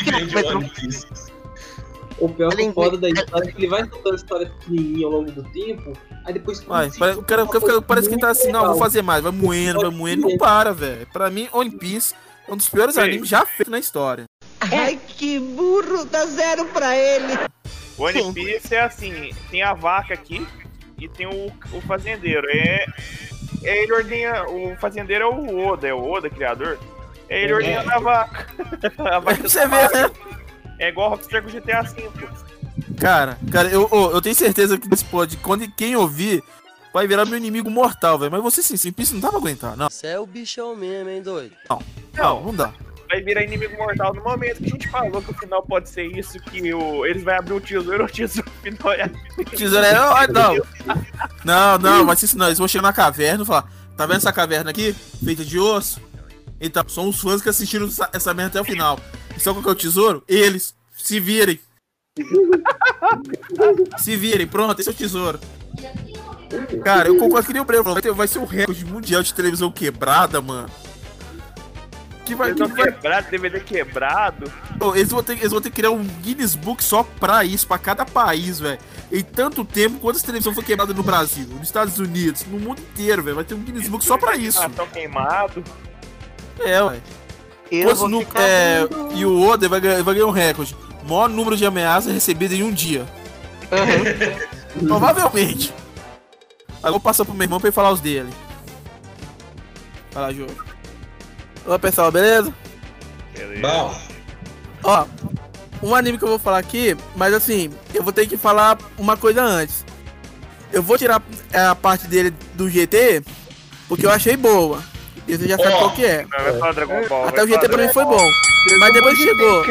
O pior que foda da história é que ele vai contando a história pequenininha ao longo do tempo, aí depois... O cara parece que tá assim, não, vou fazer mais, vai moendo, não para, velho. Pra mim, One Piece é um dos piores animes já feitos na história. Ai, que burro, dá 0 pra ele. O One Piece é assim, tem a vaca aqui e tem o fazendeiro. Ele ordenha, o fazendeiro é o Oda, criador. Ele ordenha a vaca. A vaca você vê, né? É igual Rockstar com GTA V. Cara, eu tenho certeza que esse pod, quem ouvir, vai virar meu inimigo mortal, velho. Mas você sim, isso não dá pra aguentar, não. Você é o bichão mesmo, hein, doido? Não dá. Vai virar inimigo mortal no momento que a gente falou que o final pode ser isso, que eles vão abrir o tesouro final é... O tesouro é... Não, mas isso não, eles vão chegar na caverna e falar, tá vendo essa caverna aqui? Feita de osso? Então, são os fãs que assistiram essa merda até o final. E sabe qual que é o tesouro? Eles, se virem. Se virem, pronto, esse é o tesouro. Cara, eu concordo que nem o Breno falou, vai ser um recorde mundial de televisão quebrada, mano. Quebrado, DVD quebrado. Eles vão ter que criar um Guinness Book só pra isso, pra cada país, velho. Em tanto tempo, quantas televisões foram quebradas no Brasil, nos Estados Unidos, no mundo inteiro, velho. Vai ter um Guinness Book só pra isso. Tão queimado. Ué. E o Oda vai ganhar um recorde. Maior número de ameaças recebidas em um dia. Provavelmente. Agora eu vou passar pro meu irmão pra ele falar os dele. Vai lá, Jô. Olá, pessoal, beleza? Bom. Ó, um anime que eu vou falar aqui, mas assim, eu vou ter que falar uma coisa antes. Eu vou tirar a parte dele do GT, porque eu achei boa. E você já sabe qual que é. Até o GT pra mim foi bom. Mas depois chegou.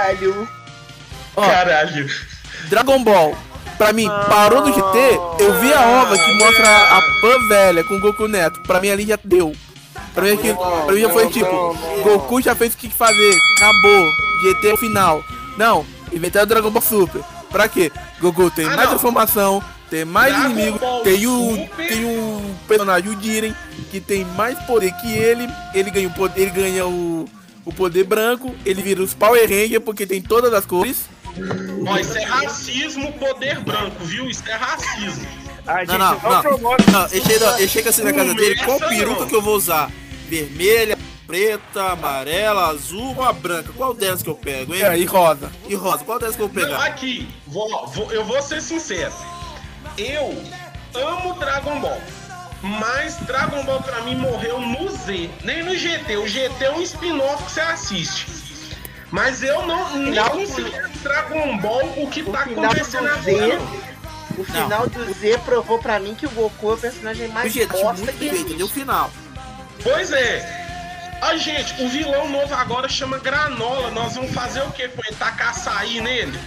Caralho. Dragon Ball. Pra mim, parou no GT, eu vi a ova que mostra a Pan velha com o Goku Neto. Pra mim ali já deu. Pra mim já foi tipo, Goku já fez o que fazer, acabou, GT é o final. Não, inventaram o Dragon Ball Super. Pra quê? Goku tem mais informação, tem mais inimigo, tem um personagem, o Jiren, que tem mais poder que ele ganha o poder branco, ele vira os Power Rangers porque tem todas as cores. Ó, isso é racismo, poder branco, viu? Isso é racismo. Não, eu chego assim na casa dele, qual peruca que eu vou usar? Vermelha, preta, amarela, azul ou a branca? Qual delas que eu pego, hein? E rosa, qual delas que eu vou pegar? Não, aqui, eu vou ser sincero. Eu amo Dragon Ball, mas Dragon Ball pra mim morreu no Z, nem no GT. O GT é um spin-off que você assiste. Mas eu nem considero Dragon Ball o que tá acontecendo agora. O final do Z provou pra mim que o Goku é o personagem mais bosta que existe. O final. Pois é. Gente, o vilão novo agora chama Granola. Nós vamos fazer o quê? Foi tacar açaí nele?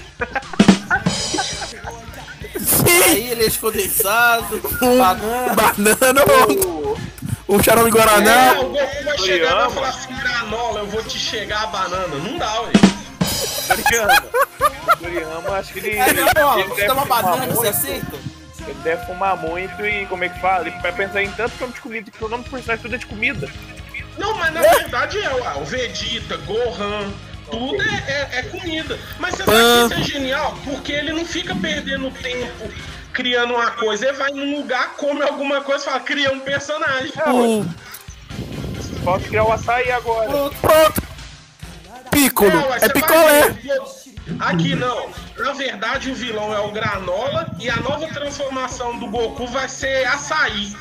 Aí, leite condensado, banana, um xarope guaraná. O Goku vai chegar e vai falar assim, Granola, eu vou te chegar a banana. Não dá, ué. Toriyama, acho que ele dá uma banana, você aceita? Ele deve fumar muito e como é que fala? Ele vai pensar em tanto nome de comida, que o nome do personagem tudo é de comida. Não, mas na verdade o Vegeta, Gohan, tudo é comida. Mas você sabe que isso é genial, porque ele não fica perdendo tempo criando uma coisa. Ele vai num lugar, come alguma coisa e fala, cria um personagem. Pode criar o açaí agora. Pronto. Piccolo. É picolé. Aqui não. Na verdade, o vilão é o Granola e a nova transformação do Goku vai ser açaí.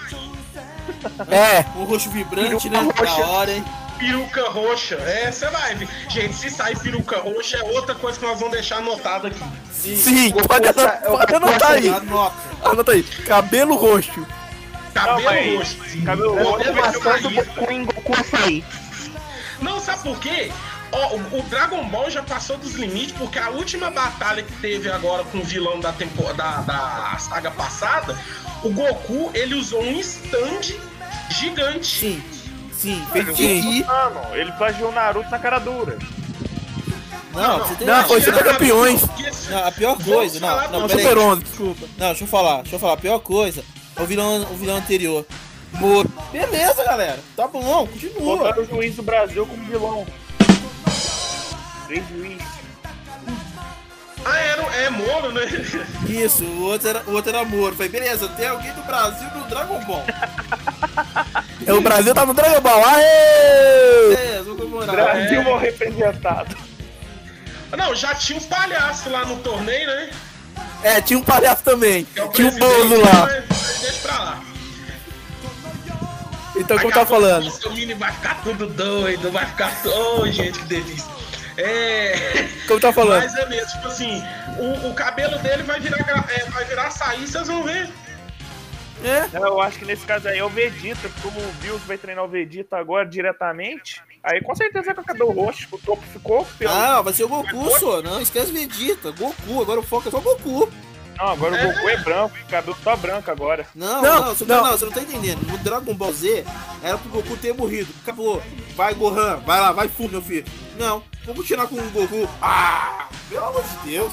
O roxo vibrante, né? Da hora, hein? Peruca roxa. Você vai ver. Gente, se sair peruca roxa é outra coisa que nós vamos deixar anotado aqui. Sim, pode anotar aí. Anota aí. Cabelo roxo. Cabelo roxo. Cabelo roxo vai ser do Goku em Goku açaí. Não, sabe por quê? O Dragon Ball já passou dos limites, porque a última batalha que teve agora com o vilão da saga passada, o Goku, ele usou um stand gigante. Sim, ele plagiou o Naruto na cara dura. Não, foi Super Campeões. Não, a pior coisa, não, Super 11, desculpa. Não, deixa eu falar, a pior coisa é o vilão anterior. Moro. Beleza, galera, tá bom, continua. Botaram o juiz do Brasil como vilão. Juiz. É Moro, né? Isso, o outro era Moro. Falei, beleza, tem alguém do Brasil no Dragon Ball. O Brasil tá no Dragon Ball, aê! Beleza, vou comemorar. Brasil mal representado. Não, já tinha um palhaço lá no torneio, né? Tinha um palhaço também. Tinha um Bozo lá. Deixa pra lá. Então, como tá falando? O Mini vai ficar tudo doido, vai ficar... gente, que delícia. Como tá falando? Mas é mesmo, tipo assim, o cabelo dele vai virar açaí, vocês vão ver. Eu acho que nesse caso aí é o Vegeta, como o Bills vai treinar o Vegeta agora diretamente, aí com certeza é com o cabelo roxo, o topo ficou... Vai ser o Goku, só, não, esquece o Vegeta, Goku, agora o foco é só o Goku. Não, agora o Goku é branco, o cabelo tá branco agora. Você não tá entendendo. No Dragon Ball Z era pro Goku ter morrido. Acabou. Vai, Gohan, vai lá, vai fundo, meu filho. Não, vamos tirar com o Goku. Pelo amor de Deus.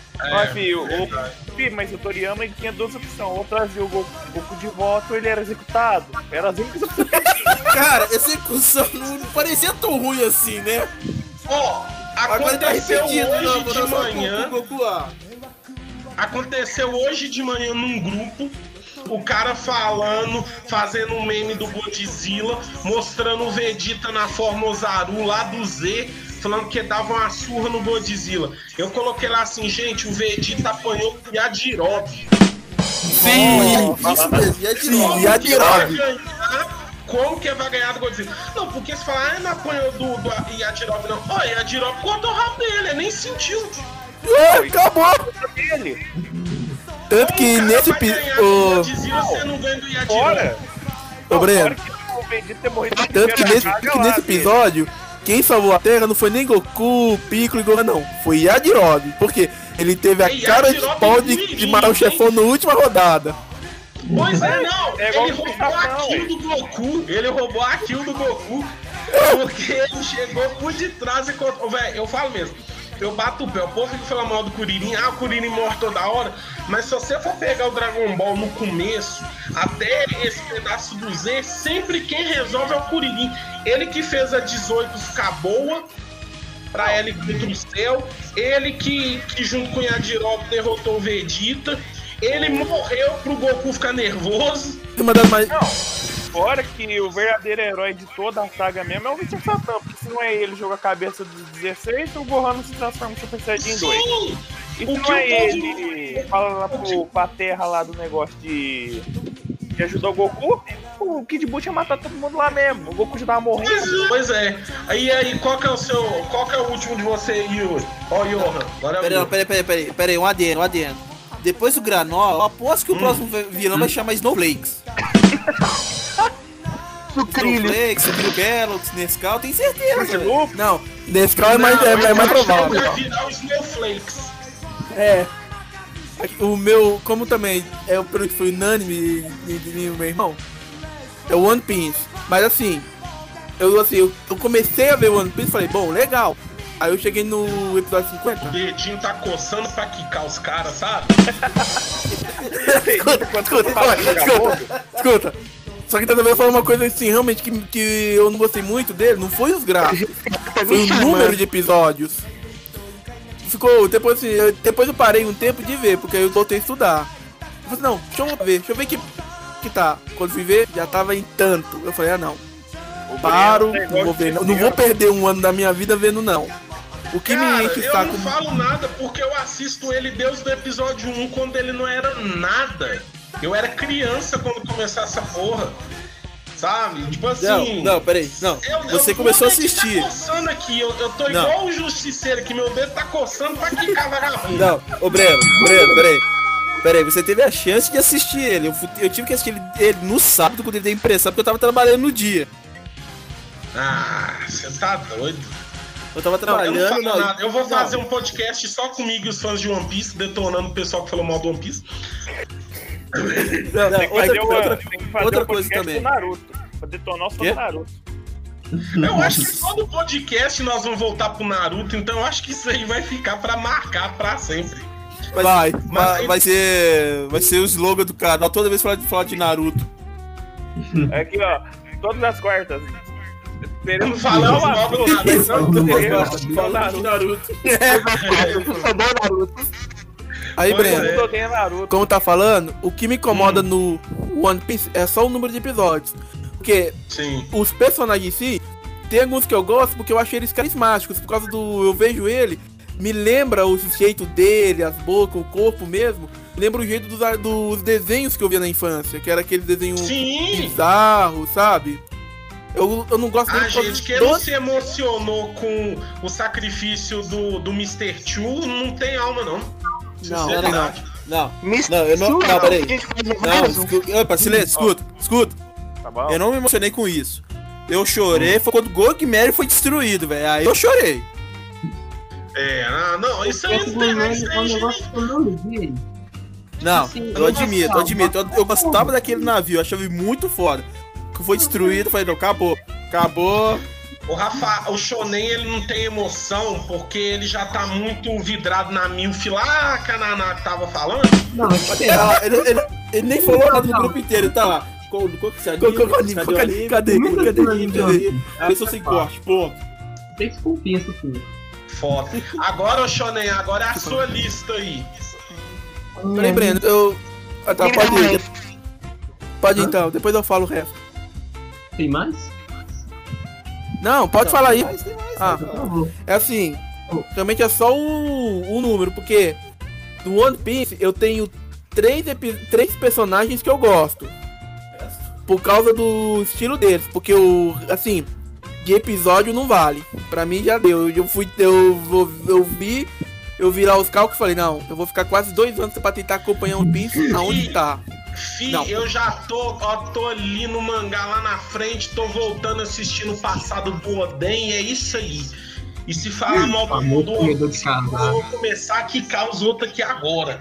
Mas o Toriyama ele tinha duas opções. Ou trazia o Goku de volta ou ele era executado. Era as únicas opções. Cara, execução não parecia tão ruim assim, né? Agora tá repetido hoje de manhã. Aconteceu hoje de manhã num grupo, o cara fazendo um meme do Godzilla, mostrando o Vegeta na forma Ozaru lá do Z, falando que dava uma surra no Godzilla. Eu coloquei lá assim, gente, o Vegeta apanhou o Yajirobe. Isso mesmo, Yajirobe. Como que vai ganhar do Godzilla? Não, porque se falar, não apanhou do Yajirobe, não. O Yajirobe cortou o rabo dele, ele nem sentiu. Acabou! Tanto que nesse episódio. Tanto que nesse episódio, quem salvou a Terra não foi nem Goku, Piccolo e Gohan, não. Foi Yajirobe. Porque ele teve a cara de pau de matar o chefão na última rodada. Pois não! Ele roubou a kill do Goku. Ele roubou a kill do Goku. Porque ele chegou por detrás e contou. Velho, eu falo mesmo. Eu bato o pé, o povo fica falando mal do Kuririn, o Kuririn morre toda hora, mas se você for pegar o Dragon Ball no começo, até esse pedaço do Z, sempre quem resolve é o Kuririn. Ele que fez a 18 ficar boa, pra ela ir contra o céu, ele que junto com o Yajirobe derrotou o Vegeta, ele morreu pro Goku ficar nervoso. Uma das mais... Fora que o verdadeiro herói de toda a saga mesmo é o Vegeta Satã, porque se não é ele joga a cabeça dos 16, o Gohan não se transforma no Super Saiyajin 2. E se não é ele fala lá pra terra lá do negócio de ajudar o Goku, o Kid Buu ia matar todo mundo lá mesmo. O Goku já tava morrendo. Pois é. Aí, qual que é o último de você, Yuri? Johan. Peraí, um adendo. Depois do Granola, eu aposto que o próximo vilão vai chamar Snowflakes. Snowflakes, Sucrilhos, Nescau, tem certeza. Não, Nescau é mais provável. Vai virar o Snowflakes. O meu, como também é o que foi unânime de meu irmão, é o One Piece. Mas assim, eu comecei a ver o One Piece e falei, bom, legal. Aí eu cheguei no episódio 50. O dedinho tá coçando pra quicar os caras, sabe? Escuta. Só que também falou uma coisa assim, realmente, que eu não gostei muito dele, não foi os gráficos, foi o número de episódios. Ficou, depois eu parei um tempo de ver, porque aí eu voltei a estudar. Eu falei, não, deixa eu ver que tá. Quando fui ver, já tava em tanto. Eu falei, não. Paro, não vou ver, não vou perder um ano da minha vida vendo, não. O que me enche o saco... Eu não falo nada porque eu assisto ele desde o episódio 1, quando ele não era nada. Eu era criança quando começou essa porra. Sabe? Tipo assim... Não, peraí. Não, você começou a assistir. Tá coçando aqui. Eu tô igual o Justiceiro aqui. Meu dedo tá coçando pra quicar vagabundo. Não, ô Breno, peraí. Você teve a chance de assistir ele. Eu tive que assistir ele no sábado, quando ele deu impressão, porque eu tava trabalhando no dia. Ah, você tá doido. Eu tava trabalhando... Eu vou fazer um podcast só comigo e os fãs de One Piece, detonando o pessoal que falou mal do One Piece. Outra coisa também. Naruto, pra detonar o som do Naruto. Eu acho que todo podcast nós vamos voltar pro Naruto, então eu acho que isso aí vai ficar pra marcar pra sempre. Vai ser o slogan do canal toda vez que falar de Naruto. Aqui, ó, todas as quartas. Teremos falando mal do Naruto. Aí, Breno, como tá falando, o que me incomoda no One Piece é só o número de episódios. Porque os personagens em si, tem alguns que eu gosto porque eu achei eles carismáticos. Por causa do... Eu vejo ele, me lembra o jeito dele, as bocas, o corpo mesmo. Lembra o jeito dos desenhos que eu via na infância, que era aquele desenho bizarro, sabe? Eu não gosto muito. Gente, quem não se emocionou com o sacrifício do Mr. Chu não tem alma, não. Não, peraí. Opa, silêncio, escuta. Tá bom. Eu não me emocionei com isso. Eu chorei, foi quando o Gogmeri foi destruído, velho. Aí eu chorei. Isso aí não tem mais. Não, eu admito. Eu gostava daquele navio, eu achava muito foda. Que foi destruído, falei, não, acabou. O Rafa, o Shonen, ele não tem emoção porque ele já tá muito vidrado na milf lá que a Naná tava falando. Não, ele nem falou nada do grupo inteiro, tá lá. Cadê? A pessoa sem corte, ponto. Tem que compensa tudo. Foda. Agora, o Shonen, agora é a sua lista aí. Peraí, Breno, pode ir então, depois eu falo o resto. Tem mais? Não, pode falar aí. É assim, realmente é só um número, porque no One Piece eu tenho três personagens que eu gosto. Por causa do estilo deles, porque assim, de episódio não vale. Pra mim já deu. Eu vi lá os cálculos e falei, não, eu vou ficar quase 2 anos pra tentar acompanhar One Piece aonde tá. Eu já tô ali no mangá lá na frente, tô voltando assistindo o passado do Oden, é isso aí. E se falar mal do mundo, eu vou começar a quicar os outros aqui agora.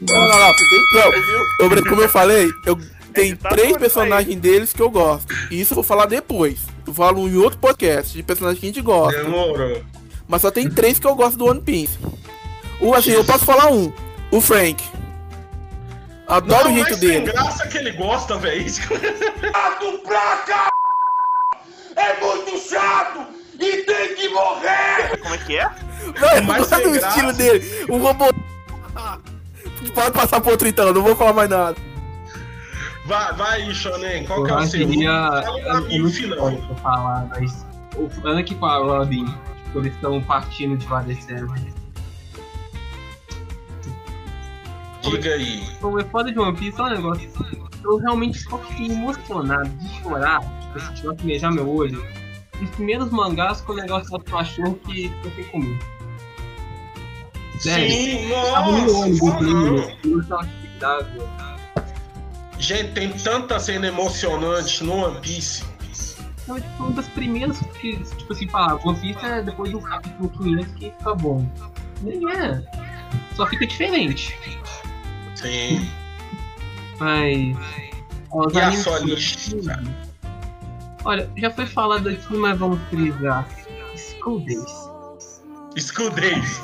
Não, como eu falei, tem 3 personagens deles que eu gosto. E isso eu vou falar depois. Eu falo em outro podcast de personagens que a gente gosta. Demorou. Mas só tem 3 que eu gosto do One Piece. Assim, eu posso falar o Frank. Adoro o jeito dele. Sem graça que ele gosta, velho. Chato pra cá! É muito chato! E tem que morrer! Como é que é? Mas o estilo dele. O robô... Pode passar pro outro então, não vou falar mais nada. Vai aí, Shonen. Qual que é o seu? Eu não sei pra falar, mas... Falando aqui com a Robin, quando eles estão partindo de várias séries. Diga aí. O foda de One Piece é um negócio. Eu realmente só fiquei emocionado de chorar. Tipo, se lacrimejar meu olho. Os primeiros mangás com o negócio do cachorro que eu fiquei comigo. Sim, nossa! Gente, tem tanta cena emocionante no One Piece. Foi uma das primeiras que, tipo assim, falar, One Piece é depois do capítulo 500 que fica bom. Nem é. Só fica diferente. Sim. Mas... E a sua lista? Olha, já foi falado aqui, mas vamos frisar. School Days. School Days.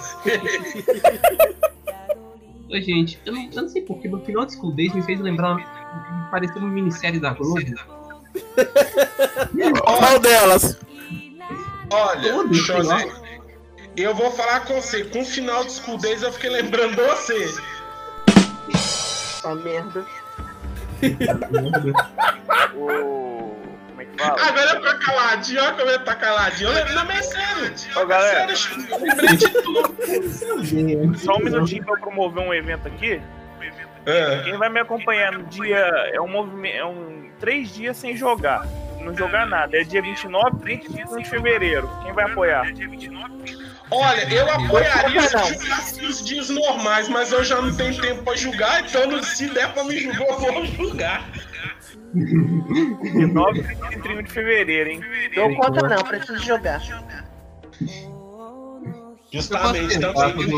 Oi, gente, eu não sei porquê, no final de School Days me fez lembrar, me pareceu uma minissérie da Globo, Qual delas? Olha, Shonen, eu vou falar com você. Com o final de School Days eu fiquei lembrando de você. Essa merda. Como é que fala? Agora eu tô caladinho, olha como ele tá caladinho. Não, mas é sério. Ô, galera. Eu lembrei de tudo. Só um minutinho pra eu promover um evento aqui. Quem vai me acompanhar no dia é um movimento, 3 dias sem jogar. Não jogar nada. É dia 29, 30 e 31 de fevereiro. Quem vai apoiar? Olha, eu apoiaria se jogasse os dias normais, mas eu já não tenho tempo pra julgar, então se der pra me julgar, eu vou julgar. 29, 30 e 31 de fevereiro, hein? Não conta não, preciso jogar. Justamente, também.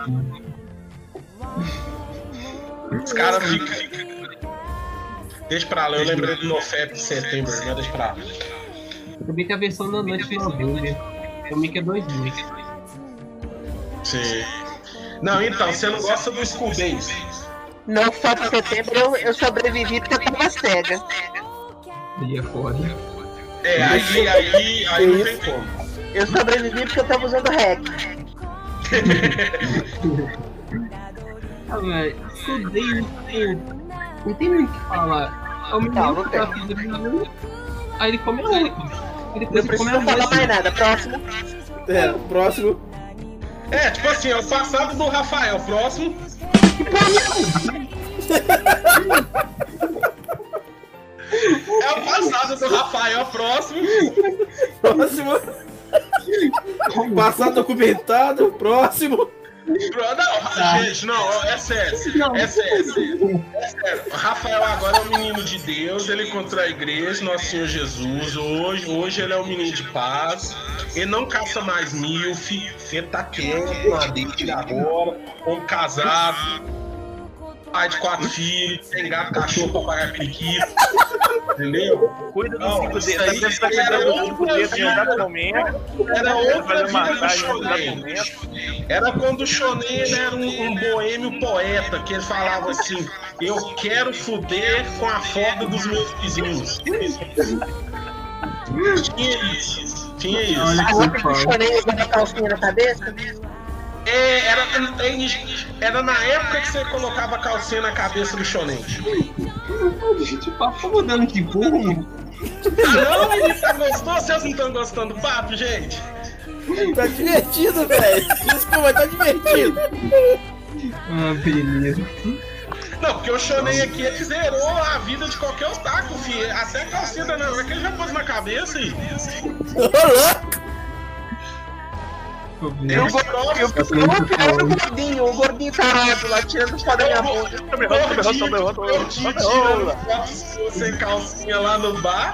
Os caras ficam. Deixa pra lá, eu lembrei do NoFap de setembro, mas deixa pra lá. Também que a versão da noite de novembro, também que é 2 meses. Sim. Não, então, você não gosta do School Days? Não, só de setembro eu sobrevivi porque eu tava cega. Aí é foda. Aí não tem como. Eu sobrevivi porque eu tava usando hack. Velho, estudei não tem muito o que falar. É o menino que tá fazendo. Aí ele come a outra. Ele não precisa falar mais nada. Próximo. Próximo. Tipo assim, é o passado do Rafael. Próximo. É o passado do Rafael. Próximo. Passado documentado. Próximo. Não, gente, não, é sério. É sério. Rafael agora é um menino de Deus, ele encontrou a igreja, Nosso Senhor Jesus. Hoje ele é um menino de paz. Ele não caça mais milf, ele tá quieto na dele agora, homem casado, pai de 4 filhos, tem gato, cachorro, papagaio, periquito. Entendeu? Cuida dos 5 dedos. Era outra vida do Shonen. Era quando o Shonen era um boêmio poeta, que ele falava assim: eu quero fuder com a foda dos meus vizinhos. Tinha isso. A roupa do Shonen usando a calcinha na cabeça? Era na época que você colocava a calcinha na cabeça do Shonen. Gente, o papo tá mudando de burro. Não, ele tá gostou? Vocês não estão gostando do papo, gente? Tá divertido, velho. Desculpa, tá divertido. Beleza. Não, porque o Shonen aqui, ele zerou a vida de qualquer obstáculo, filho. Até a calcinha da Nana, que ele já pôs na cabeça aí. O gordinho tarado lá, tirando os quadrinhos da boca. Sem calcinha lá no bar.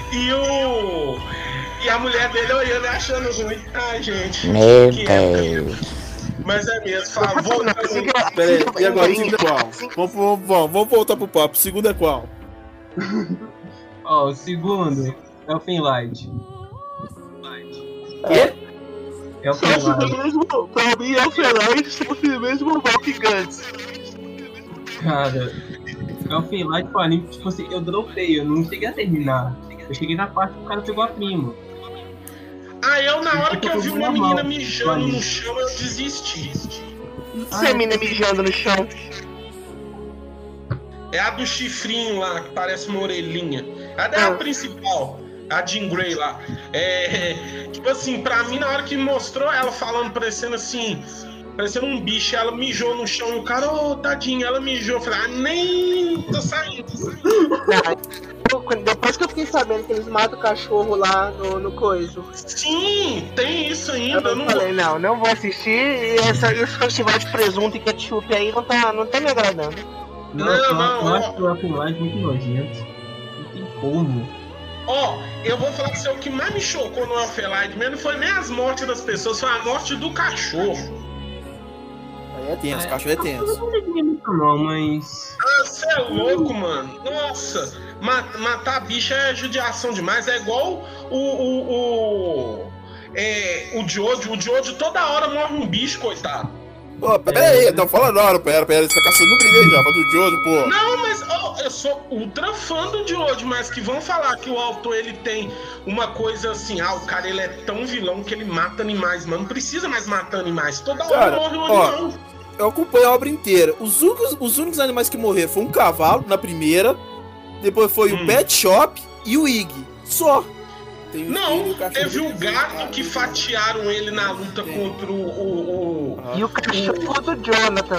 E a mulher dele olhando e achando ruim. Ai, gente. Meu Deus. Mas é mesmo, favor. Pera aí, e agora, o segundo é qual? Vamos voltar pro papo. O segundo é qual? Ó, o segundo é o Finlight. É o mesmo, pra mim é o Finlight, sempre mesmo o Valkyrie. Cara, é o Finlight pro anime, tipo assim, eu dropei, eu não cheguei a terminar. Eu cheguei na parte que o cara pegou a prima. Eu na hora que eu vi uma menina mijando no chão, eu desisti. Você é menina mijando no chão? É a do chifrinho lá, que parece uma orelhinha. É a principal. A Jean Grey lá. Tipo assim, pra mim, na hora que mostrou ela falando, parecendo um bicho, ela mijou no chão e o cara, tadinho, ela mijou. Eu falei, nem tô saindo. Depois que eu fiquei sabendo que eles matam o cachorro lá no coiso. Sim, tem isso ainda. Eu falei, não vou assistir. E esse festival de presunto e ketchup aí não tá me agradando. Eu acho que o Finlight é muito nojento. Não tem como. Eu vou falar que isso é o que mais me chocou no Elfelight mesmo. Não foi nem as mortes das pessoas, foi a morte do cachorro. Aí é tenso, cachorro é tenso. Não, mas. Você é louco, mano. Nossa, matar bicho é judiação demais. É igual o Jojo. O Jojo toda hora morre um bicho, coitado. Pô, peraí, não fala não, pera, você tá caçando briga já, fala do Jojo, pô. Não, mas eu sou ultra fã do Jojo, mas que vão falar que o autor, ele tem uma coisa assim, o cara, ele é tão vilão que ele mata animais, mano, não precisa mais matar animais, toda hora morre um animal. Eu acompanho a obra inteira, os únicos animais que morreram foi um cavalo na primeira, depois foi o Pet Shop e o Iggy, só. Não, teve o gato que fatiaram ele na luta contra o... E o cachorro do Jonathan.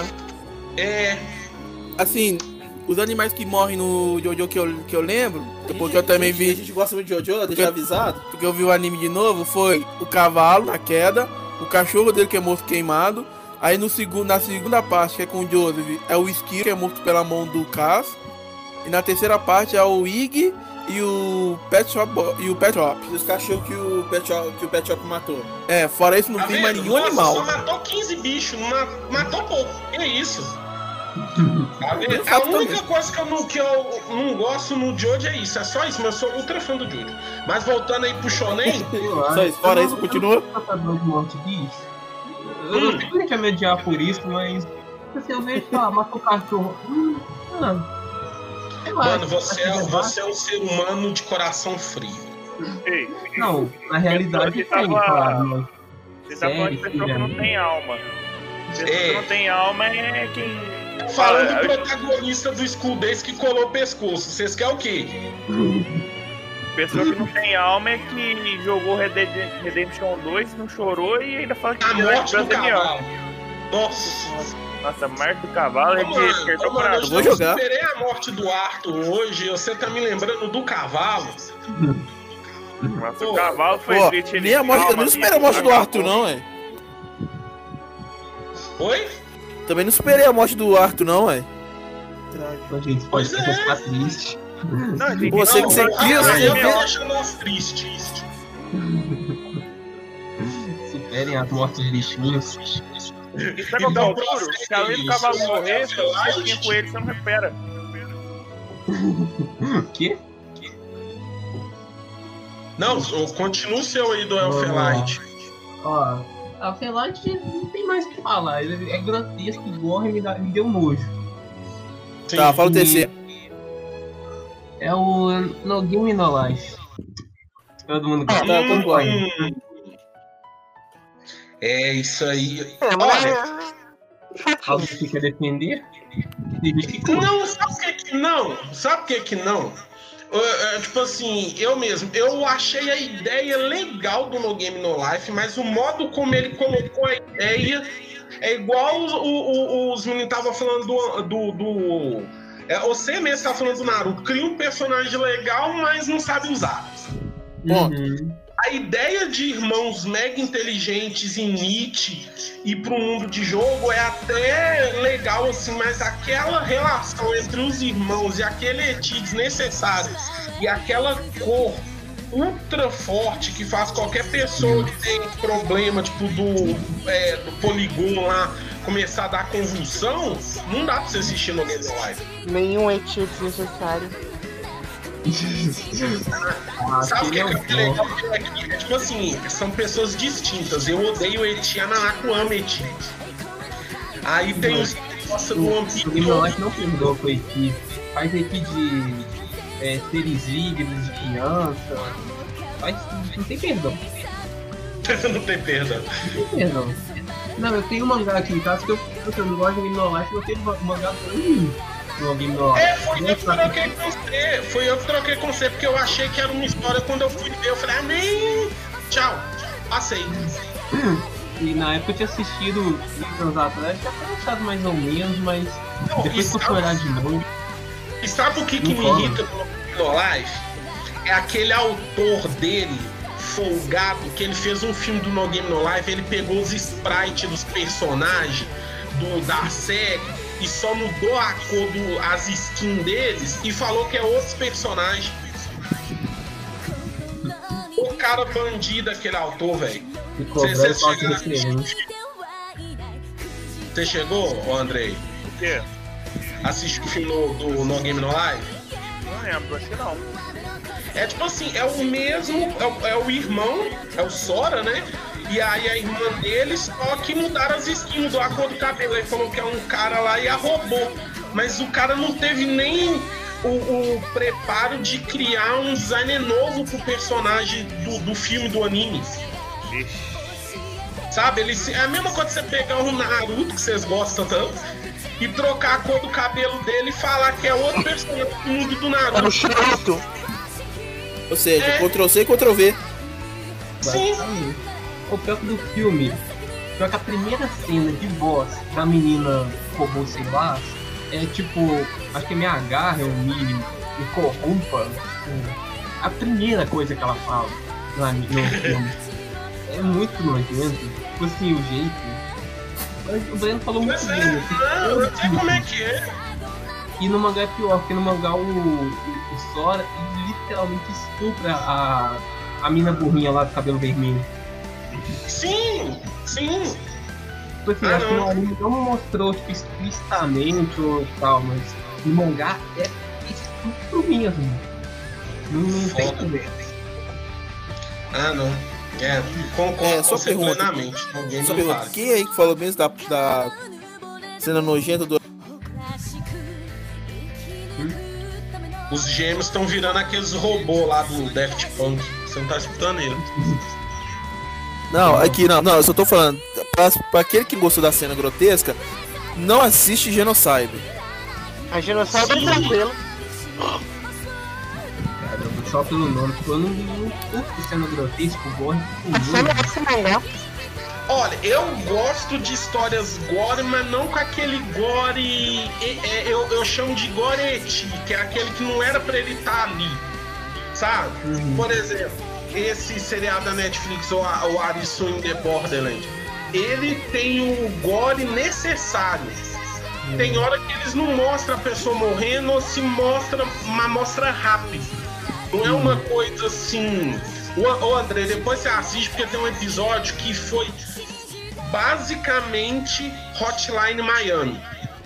Assim, os animais que morrem no Jojo que eu lembro, porque eu também vi... A gente gosta muito de Jojo, deixa avisado. Porque eu vi o anime de novo, foi o cavalo na queda, o cachorro dele que é morto queimado, aí na segunda parte, que é com o Joseph, é o Esquilo, que é morto pela mão do Cass, e na terceira parte é o Iggy e o Pet Shop. E os cachorros que o Pet Shop matou. Fora isso, não tem mais nenhum animal. Só matou 15 bichos, matou pouco. É isso. A única coisa que eu não gosto no Jojo é isso. É só isso, mas eu sou ultra fã do Jojo. Mas voltando aí pro Shonen. Só isso, fora isso, continua. Eu não sei que é me odiar por isso, mas se eu vejo que matou o cachorro. Mano, você é um ser humano de coração frio. Não, na realidade claro. Você tá falando de pessoa que não tem alma. Pessoa que não tem alma é quem... Falando do protagonista do School Days que colou o pescoço, vocês querem o quê? Pessoa que não tem alma é que jogou Red Dead Redemption 2, não chorou e ainda fala que a morte do cavalo. Nossa, a morte do cavalo é de perdão pra eu vou jogar. Eu esperei a morte do Arthur hoje, você tá me lembrando do cavalo. Nossa, o cavalo foi feito nem a morte, eu não esperei a morte do Arthur, não, é. Oi? Também não esperei a morte do Arthur, não, é. Pois é. Ficar triste. Você que você quis, você deixa nós tristes. Superem as mortes de bichinhos. Isso é qualquer futuro. Se além do cavalo morrer, se você tinha com ele, você não recupera. O quê? Não, continua o seu aí do Elfenlight. Ó, Elfenlight não tem mais o que falar. Ele é grotesco, gorro e me deu nojo. Sim. Tá, fala o terceiro. É o No Game No Life. Todo mundo concorda. É isso aí. Olha, alguém que quer defender? Não, sabe o que não? Sabe o que não? Tipo assim, eu achei a ideia legal do No Game No Life, mas o modo como ele colocou a ideia é igual os meninos estavam falando você mesmo está falando do Naruto. Cria um personagem legal, mas não sabe usar. A ideia de irmãos mega inteligentes em Nietzsche e pro mundo de jogo é até legal, assim, mas aquela relação entre os irmãos e aquele eti desnecessário e aquela cor ultra forte que faz qualquer pessoa que tem problema, tipo, do polígono lá, começar a dar convulsão, não dá pra você assistir no Game Live. Nenhum eti desnecessário. Sabe o que é legal? É tipo assim, são pessoas distintas. Eu odeio Eti, a Nanako ama Eti. Aí tem os que gostam do One Piece. O Game Life não perdoa com Eti. Faz Eti de seres vivos, de criança. Não tem perdão. Não tem perdão. Não tem perdão. Não, eu tenho um mangá aqui em casa que eu não gosto de Game Life, eu tenho um mangá ruim. Foi eu que troquei com você, porque eu achei que era uma história. Quando eu fui ver, eu falei, nem tchau, passei. E na época eu tinha assistido 20 anos atrás, já tinha achado mais ou menos, mas não, depois que eu fui olhar de novo. E sabe o que me irrita no Life? É aquele autor dele, folgado, que ele fez um filme do No Game No Life, ele pegou os sprites dos personagens da série e só mudou a cor as skins deles e falou que é outros personagens. O cara bandido, aquele autor, velho. Você chegou, Andrei? O quê? Assistiu o filme do No Game No Life? Não lembro, acho que não. É tipo assim, é o mesmo, é o irmão, é o Sora, né? E aí a irmã dele, só que mudaram as skins, mudou a cor do cabelo. Ele falou que é um cara lá e a roubou. Mas o cara não teve nem o preparo de criar um design novo pro personagem do filme, do anime. Sabe? É a mesma coisa que você pegar um Naruto, que vocês gostam tanto, e trocar a cor do cabelo dele e falar que é outro personagem do mundo do Naruto. Ou seja, Ctrl-C e Ctrl-V. Sim. O pior do filme, pior que a primeira cena de boss da menina robô, sei lá, é tipo, acho que me agarra, o mínimo, me corrompa. A primeira coisa que ela fala lá no filme é muito nojento. Tipo assim, o jeito. O Breno falou muito bem. Eu sei como é que é. E no mangá é pior, porque no mangá o Sora literalmente estupra a mina burrinha lá do cabelo vermelho. Sim! Tipo assim, acho que no anime não mostrou tipo, explicitamente ou tal, mas no mangá é estupro mesmo. Não tem conversa. Não. Concordo só plenamente. Só pergunta, quem aí que falou mesmo da cena nojenta do... Os gêmeos estão virando aqueles robôs lá do Daft Punk. Você não tá escutando ele. Não, aqui não, eu só tô falando. Pra aquele que gostou da cena grotesca, não assiste Genocide. A Genocide é tranquilo. Caramba, só pelo nome, eu não curto cena grotesca, eu gosto de Olha, eu gosto de histórias gore, mas não com aquele gore. Eu chamo de goreti, que é aquele que não era pra ele estar ali. Sabe? Por exemplo, esse seriado da Netflix, o Alice in the Borderland, ele tem o gore necessário. Tem hora que eles não mostram a pessoa morrendo ou se mostra, mas mostra rápido. Não é uma coisa assim. Ô André, depois você assiste, porque tem um episódio que foi basicamente Hotline Miami.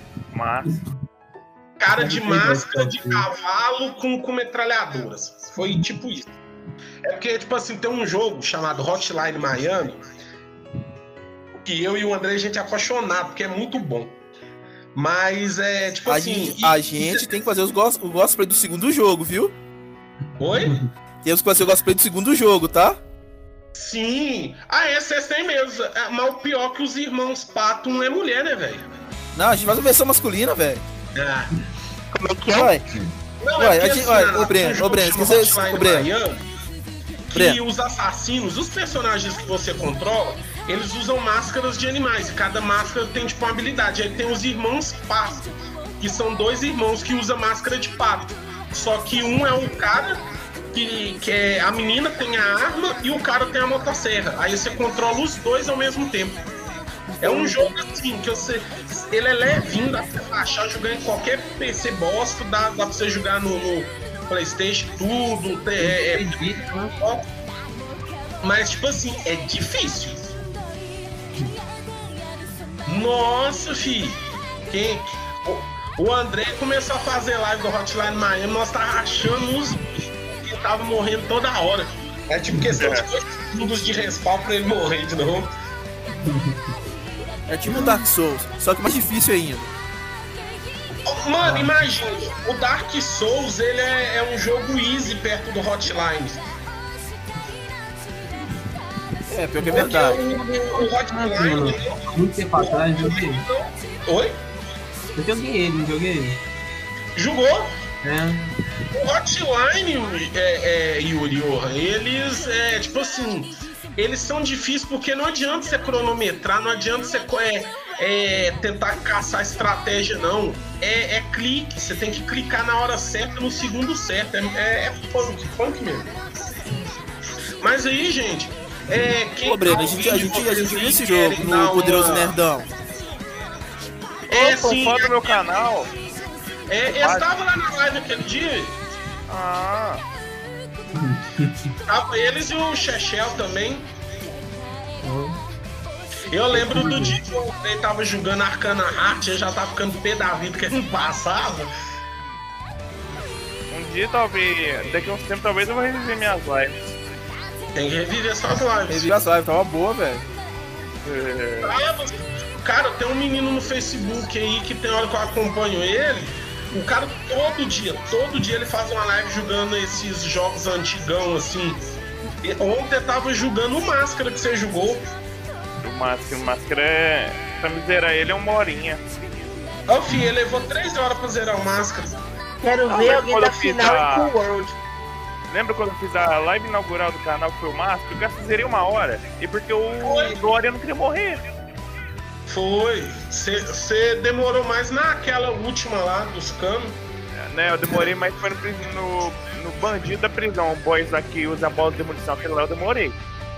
Cara de máscara de cavalo com metralhadoras. Foi tipo isso. É porque, tipo assim, tem um jogo chamado Hotline Miami que eu e o André a gente é apaixonado, porque é muito bom. Mas é tipo assim. A gente tem que fazer o cosplay do segundo jogo, viu? Oi? Temos que fazer o cosplay do segundo jogo, tá? Sim. Vocês têm mesmo. Mas o pior é que os irmãos Pato não é mulher, né, velho? Não, a gente faz uma versão masculina, velho. Como é que é? Ué, o Breno, que os assassinos, os personagens que você controla, eles usam máscaras de animais. E cada máscara tem, tipo, uma habilidade. Aí tem os irmãos Pato, que são dois irmãos que usam máscara de pato. Só que um é um cara que é a menina tem a arma e o cara tem a motosserra. Aí você controla os dois ao mesmo tempo. É um jogo assim que ele é levinho, dá pra baixar, jogar em qualquer PC bosta, dá pra você jogar no PlayStation, tudo. Mas tipo assim, é difícil. Nossa, filho. O André começou a fazer live do Hotline Miami, nós tá rachando os que tava morrendo toda hora. É tipo questão de 2 segundos de respawn pra ele morrer de novo. É tipo um Dark Souls, só que mais difícil ainda. Mano, imagina, o Dark Souls ele é um jogo easy perto do Hotline. Pior que é verdade. O Hotline. Muito tempo atrás, eu joguei. Oi? Eu joguei ele, não joguei ele. Jogou? O Hotline, Yuri, eles, tipo assim, eles são difíceis porque não adianta você cronometrar, não adianta você tentar caçar estratégia, não. É clique, você tem que clicar na hora certa, no segundo certo. É punk mesmo. Mas aí, gente, Ô, Breno, a gente viu esse jogo no Poderoso Nerdão. Sim, foto do meu canal. Eu estava lá na live aquele dia. Tava eles e o Chechel também. Eu lembro do dia que ele tava jogando Arcana Heart, eu já tava ficando pé da vida que ele não passava. Um dia, talvez, daqui a uns tempos, talvez eu vou reviver minhas lives. Tem que reviver suas lives. Reviver as lives, tava boa, velho. Cara, tem um menino no Facebook aí que tem hora que eu acompanho ele. O cara todo dia ele faz uma live jogando esses jogos antigão, assim. E ontem eu tava jogando o Máscara que você jogou. O Máscara é... Pra me zerar ele é 1 horinha. Ô, filho, ele levou 3 horas pra zerar o Máscara. Quero ver alguém da final com o World. Lembra quando eu fiz a live inaugural do canal que foi o Máscara? Eu gastei 1 hora. E porque o Dória não queria morrer. Foi. Você demorou mais naquela última lá dos canos. Né, eu demorei mais foi no bandido da prisão. O boys aqui usa bola de demolição, aquele lá eu demorei.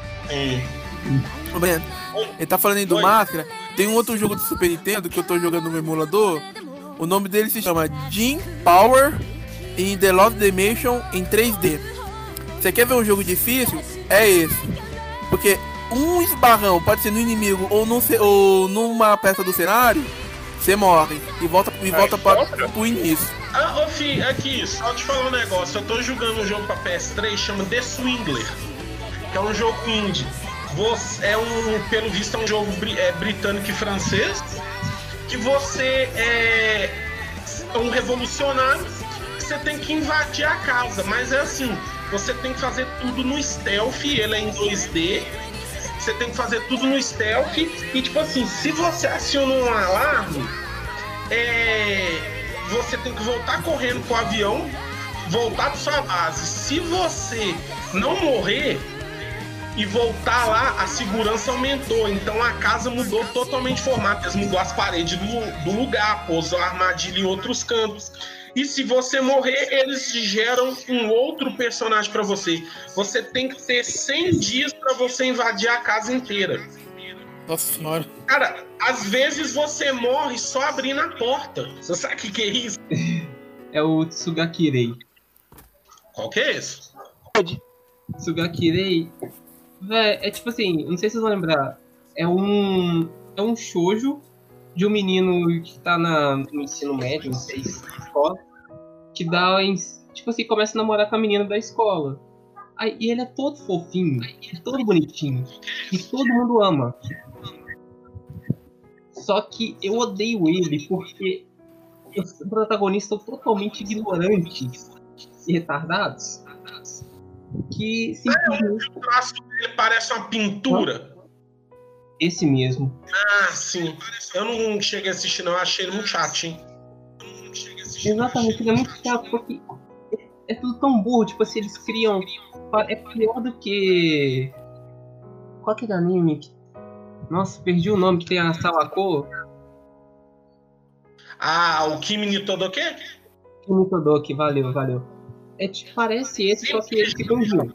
Ô, Breno, ele tá falando aí do Máscara. Tem um outro jogo do Super Nintendo que eu tô jogando no emulador. O nome dele se chama Jim Power in the Lost Dimension em 3D. Você quer ver um jogo difícil? É esse. Porque um esbarrão pode ser no inimigo ou numa peça do cenário, você morre e volta para o início. Ô Fih, aqui, só te falar um negócio. Eu tô jogando um jogo pra PS3, chama The Swingler, que é um jogo indie. Pelo visto, é um jogo britânico e francês, que você é um revolucionário, que você tem que invadir a casa, mas é assim, você tem que fazer tudo no stealth, ele é em 2D, você tem que fazer tudo no stealth, e tipo assim, se você aciona um alarme, você tem que voltar correndo pro avião, voltar pra sua base. Se você não morrer e voltar lá, a segurança aumentou, então a casa mudou totalmente de formato, eles mudou as paredes do lugar, pôs a armadilha em outros cantos. E se você morrer, eles geram um outro personagem pra você. Você tem que ter 100 dias pra você invadir a casa inteira. Nossa senhora. Cara, às vezes você morre só abrindo a porta. Você sabe o que é isso? É o Tsugakirei. Qual que é isso? Tsugakirei, véi, é tipo assim, não sei se vocês vão lembrar. É um shoujo de um menino que tá no ensino médio, não sei se escola, que tipo assim, começa a namorar com a menina da escola. Aí, e ele é todo fofinho, todo bonitinho, e todo mundo ama. Só que eu odeio ele porque os protagonistas são totalmente ignorantes e retardados. Que simplesmente... O traço dele parece uma pintura. Esse mesmo. Ah, sim. Eu não cheguei a assistir, não. Eu achei ele muito chatinho. Exatamente, ele é muito chato porque é tudo tão burro. Tipo assim, eles criam. É pior do que. Qual que é o anime? Nossa, perdi o nome que tem a Sawako. Ah, o Kimi ni Todoke? Kimi ni Todoke, valeu. Parece esse, só que eles ficam juntos.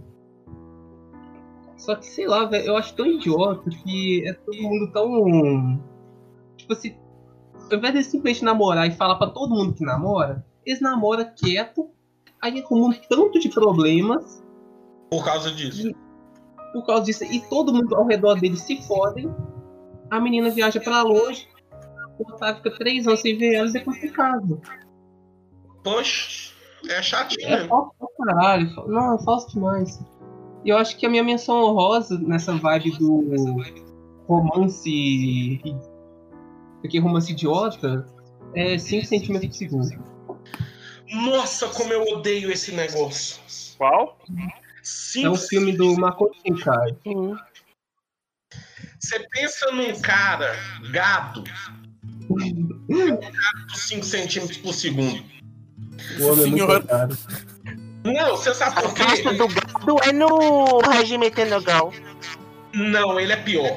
Só que, sei lá, velho, eu acho tão idiota que é todo mundo tão... Tipo assim, ao invés de simplesmente namorar e falar pra todo mundo que namora, eles namoram quieto, aí arrumam um tanto de problemas. Por causa disso. E todo mundo ao redor deles se fodem, a menina viaja pra longe, o Otávio fica 3 anos sem ver ela e depois se casa. Poxa, é chatinho. É falso pra caralho. Não, é falso demais. E eu acho que a minha menção honrosa nessa vibe do romance. Porque romance idiota é 5 centímetros por segundo. Nossa, como eu odeio esse negócio. Qual? É um filme do Makoto Shinkai. Você pensa num cara gado. Um cara dos 5 centímetros por segundo. O homem é muito caro. Não, você sabe por quê? A festa do gado é no regime Tenegal. Não, ele é pior.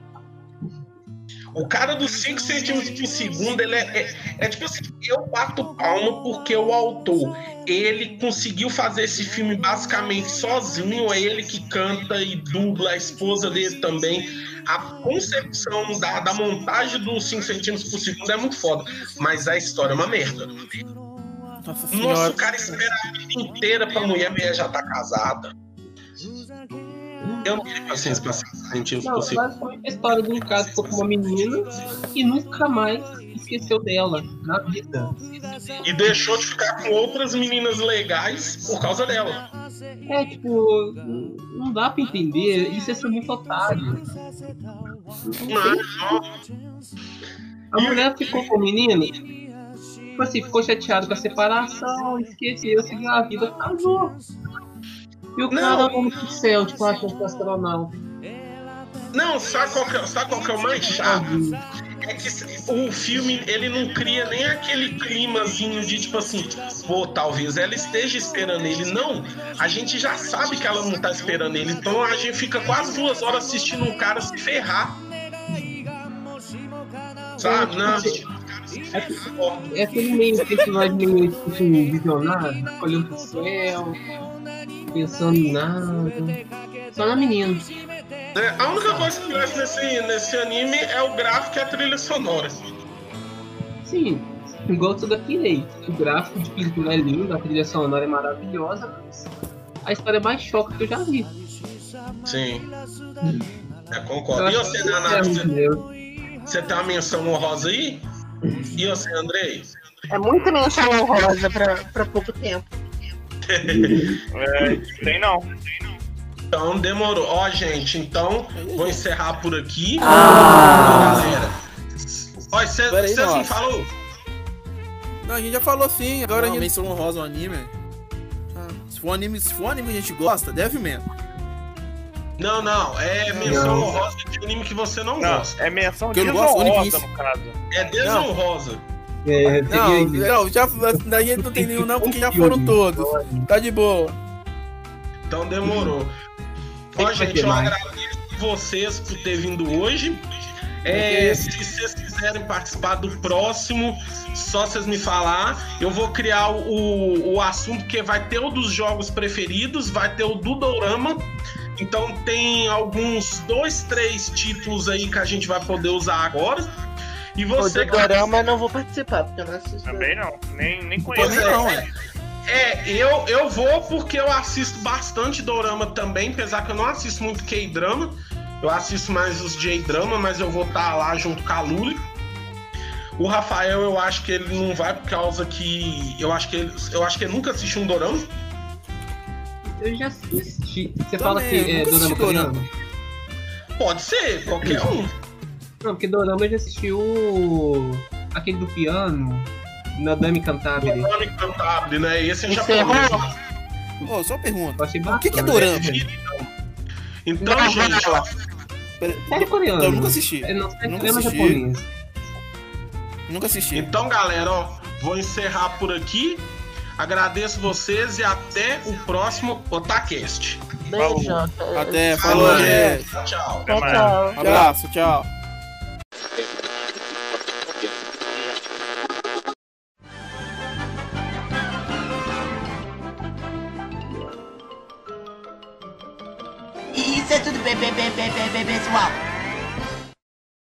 O cara dos 5 centímetros por segundo, ele é tipo assim, eu bato palma porque o autor, ele conseguiu fazer esse filme basicamente sozinho, é ele que canta e dubla, a esposa dele também. A concepção da montagem dos 5 centímetros por segundo é muito foda, mas a história é uma merda. Nossa, o cara espera a vida inteira pra mulher já tá casada. Eu não tenho paciência pra 5 centímetros por segundo. Basicamente a história de um cara que ficou com uma menina e nunca mais esqueceu dela na vida. E deixou de ficar com outras meninas legais por causa dela. É, tipo, não dá pra entender. Isso é ser muito otário. A mulher ficou com o menino, tipo assim, ficou chateado com a separação, esqueceu, seguiu a vida, casou. E o cara vamos pro céu, tipo, achando que é astronauta. Não, sabe qual que é o mais chato? É que o filme, ele não cria nem aquele climazinho de tipo assim, pô, talvez ela esteja esperando ele. Não, a gente já sabe que ela não tá esperando ele. Então a gente fica quase 2 horas assistindo um cara se ferrar. Sabe? Não. É aquele meio personagem meio tipo visionário, olhando pro céu, pensando em nada. Só na menina. A única coisa que cresce nesse anime é o gráfico e a trilha sonora. Sim, igual tudo aqui, o gráfico de pintura é lindo, a trilha sonora é maravilhosa, mas a história é mais choque que eu já vi. Sim. Concordo. E você, Naná, você tem uma menção honrosa aí? E você, Andrei? É muita menção honrosa pra pouco tempo. Tem não. Então demorou. Ó, gente, então vou encerrar por aqui. Galera. Ó, vocês não falou? Não, a gente já falou sim. Agora a gente menção honrosa no anime. Se for um anime que a gente gosta, Devilman. Não, é menção honrosa de anime que você não gosta. É menção desonrosa, no caso. É desonrosa. Não, já a gente não tem nenhum não, porque já foram todos. Tá de boa. Então demorou. Ó, gente, eu agradeço vocês por ter vindo hoje. Se vocês quiserem participar do próximo, só vocês me falar. Eu vou criar o assunto, porque vai ter o dos jogos preferidos, vai ter o do Dorama. Então tem alguns 2, 3 títulos aí que a gente vai poder usar agora. E você, o do Dorama eu não vou participar, porque eu não assisto. Também não, nem conheço. Eu vou porque eu assisto bastante Dorama também, apesar que eu não assisto muito K-Drama. Eu assisto mais os J-Drama, mas eu vou estar lá junto com a Luli. O Rafael, eu acho que ele não vai por causa que... Eu acho que ele nunca assistiu um Dorama. Eu já assisti. Você fala que é Dorama coreano? Pode ser, qualquer um. Não, porque Dorama eu já assisti aquele do piano, Madame Cantabile. Madame Cantabile, né? Esse é japonês. Só uma pergunta. O que é Dorama? Então, gente... Série coreana. Eu nunca assisti. Nunca assisti. Então, galera, vou encerrar por aqui. Agradeço vocês e até o próximo Otacast. Beijo. Até, falou, gente. Tchau. Tchau. Abraço, tchau. Isso é tudo, pessoal.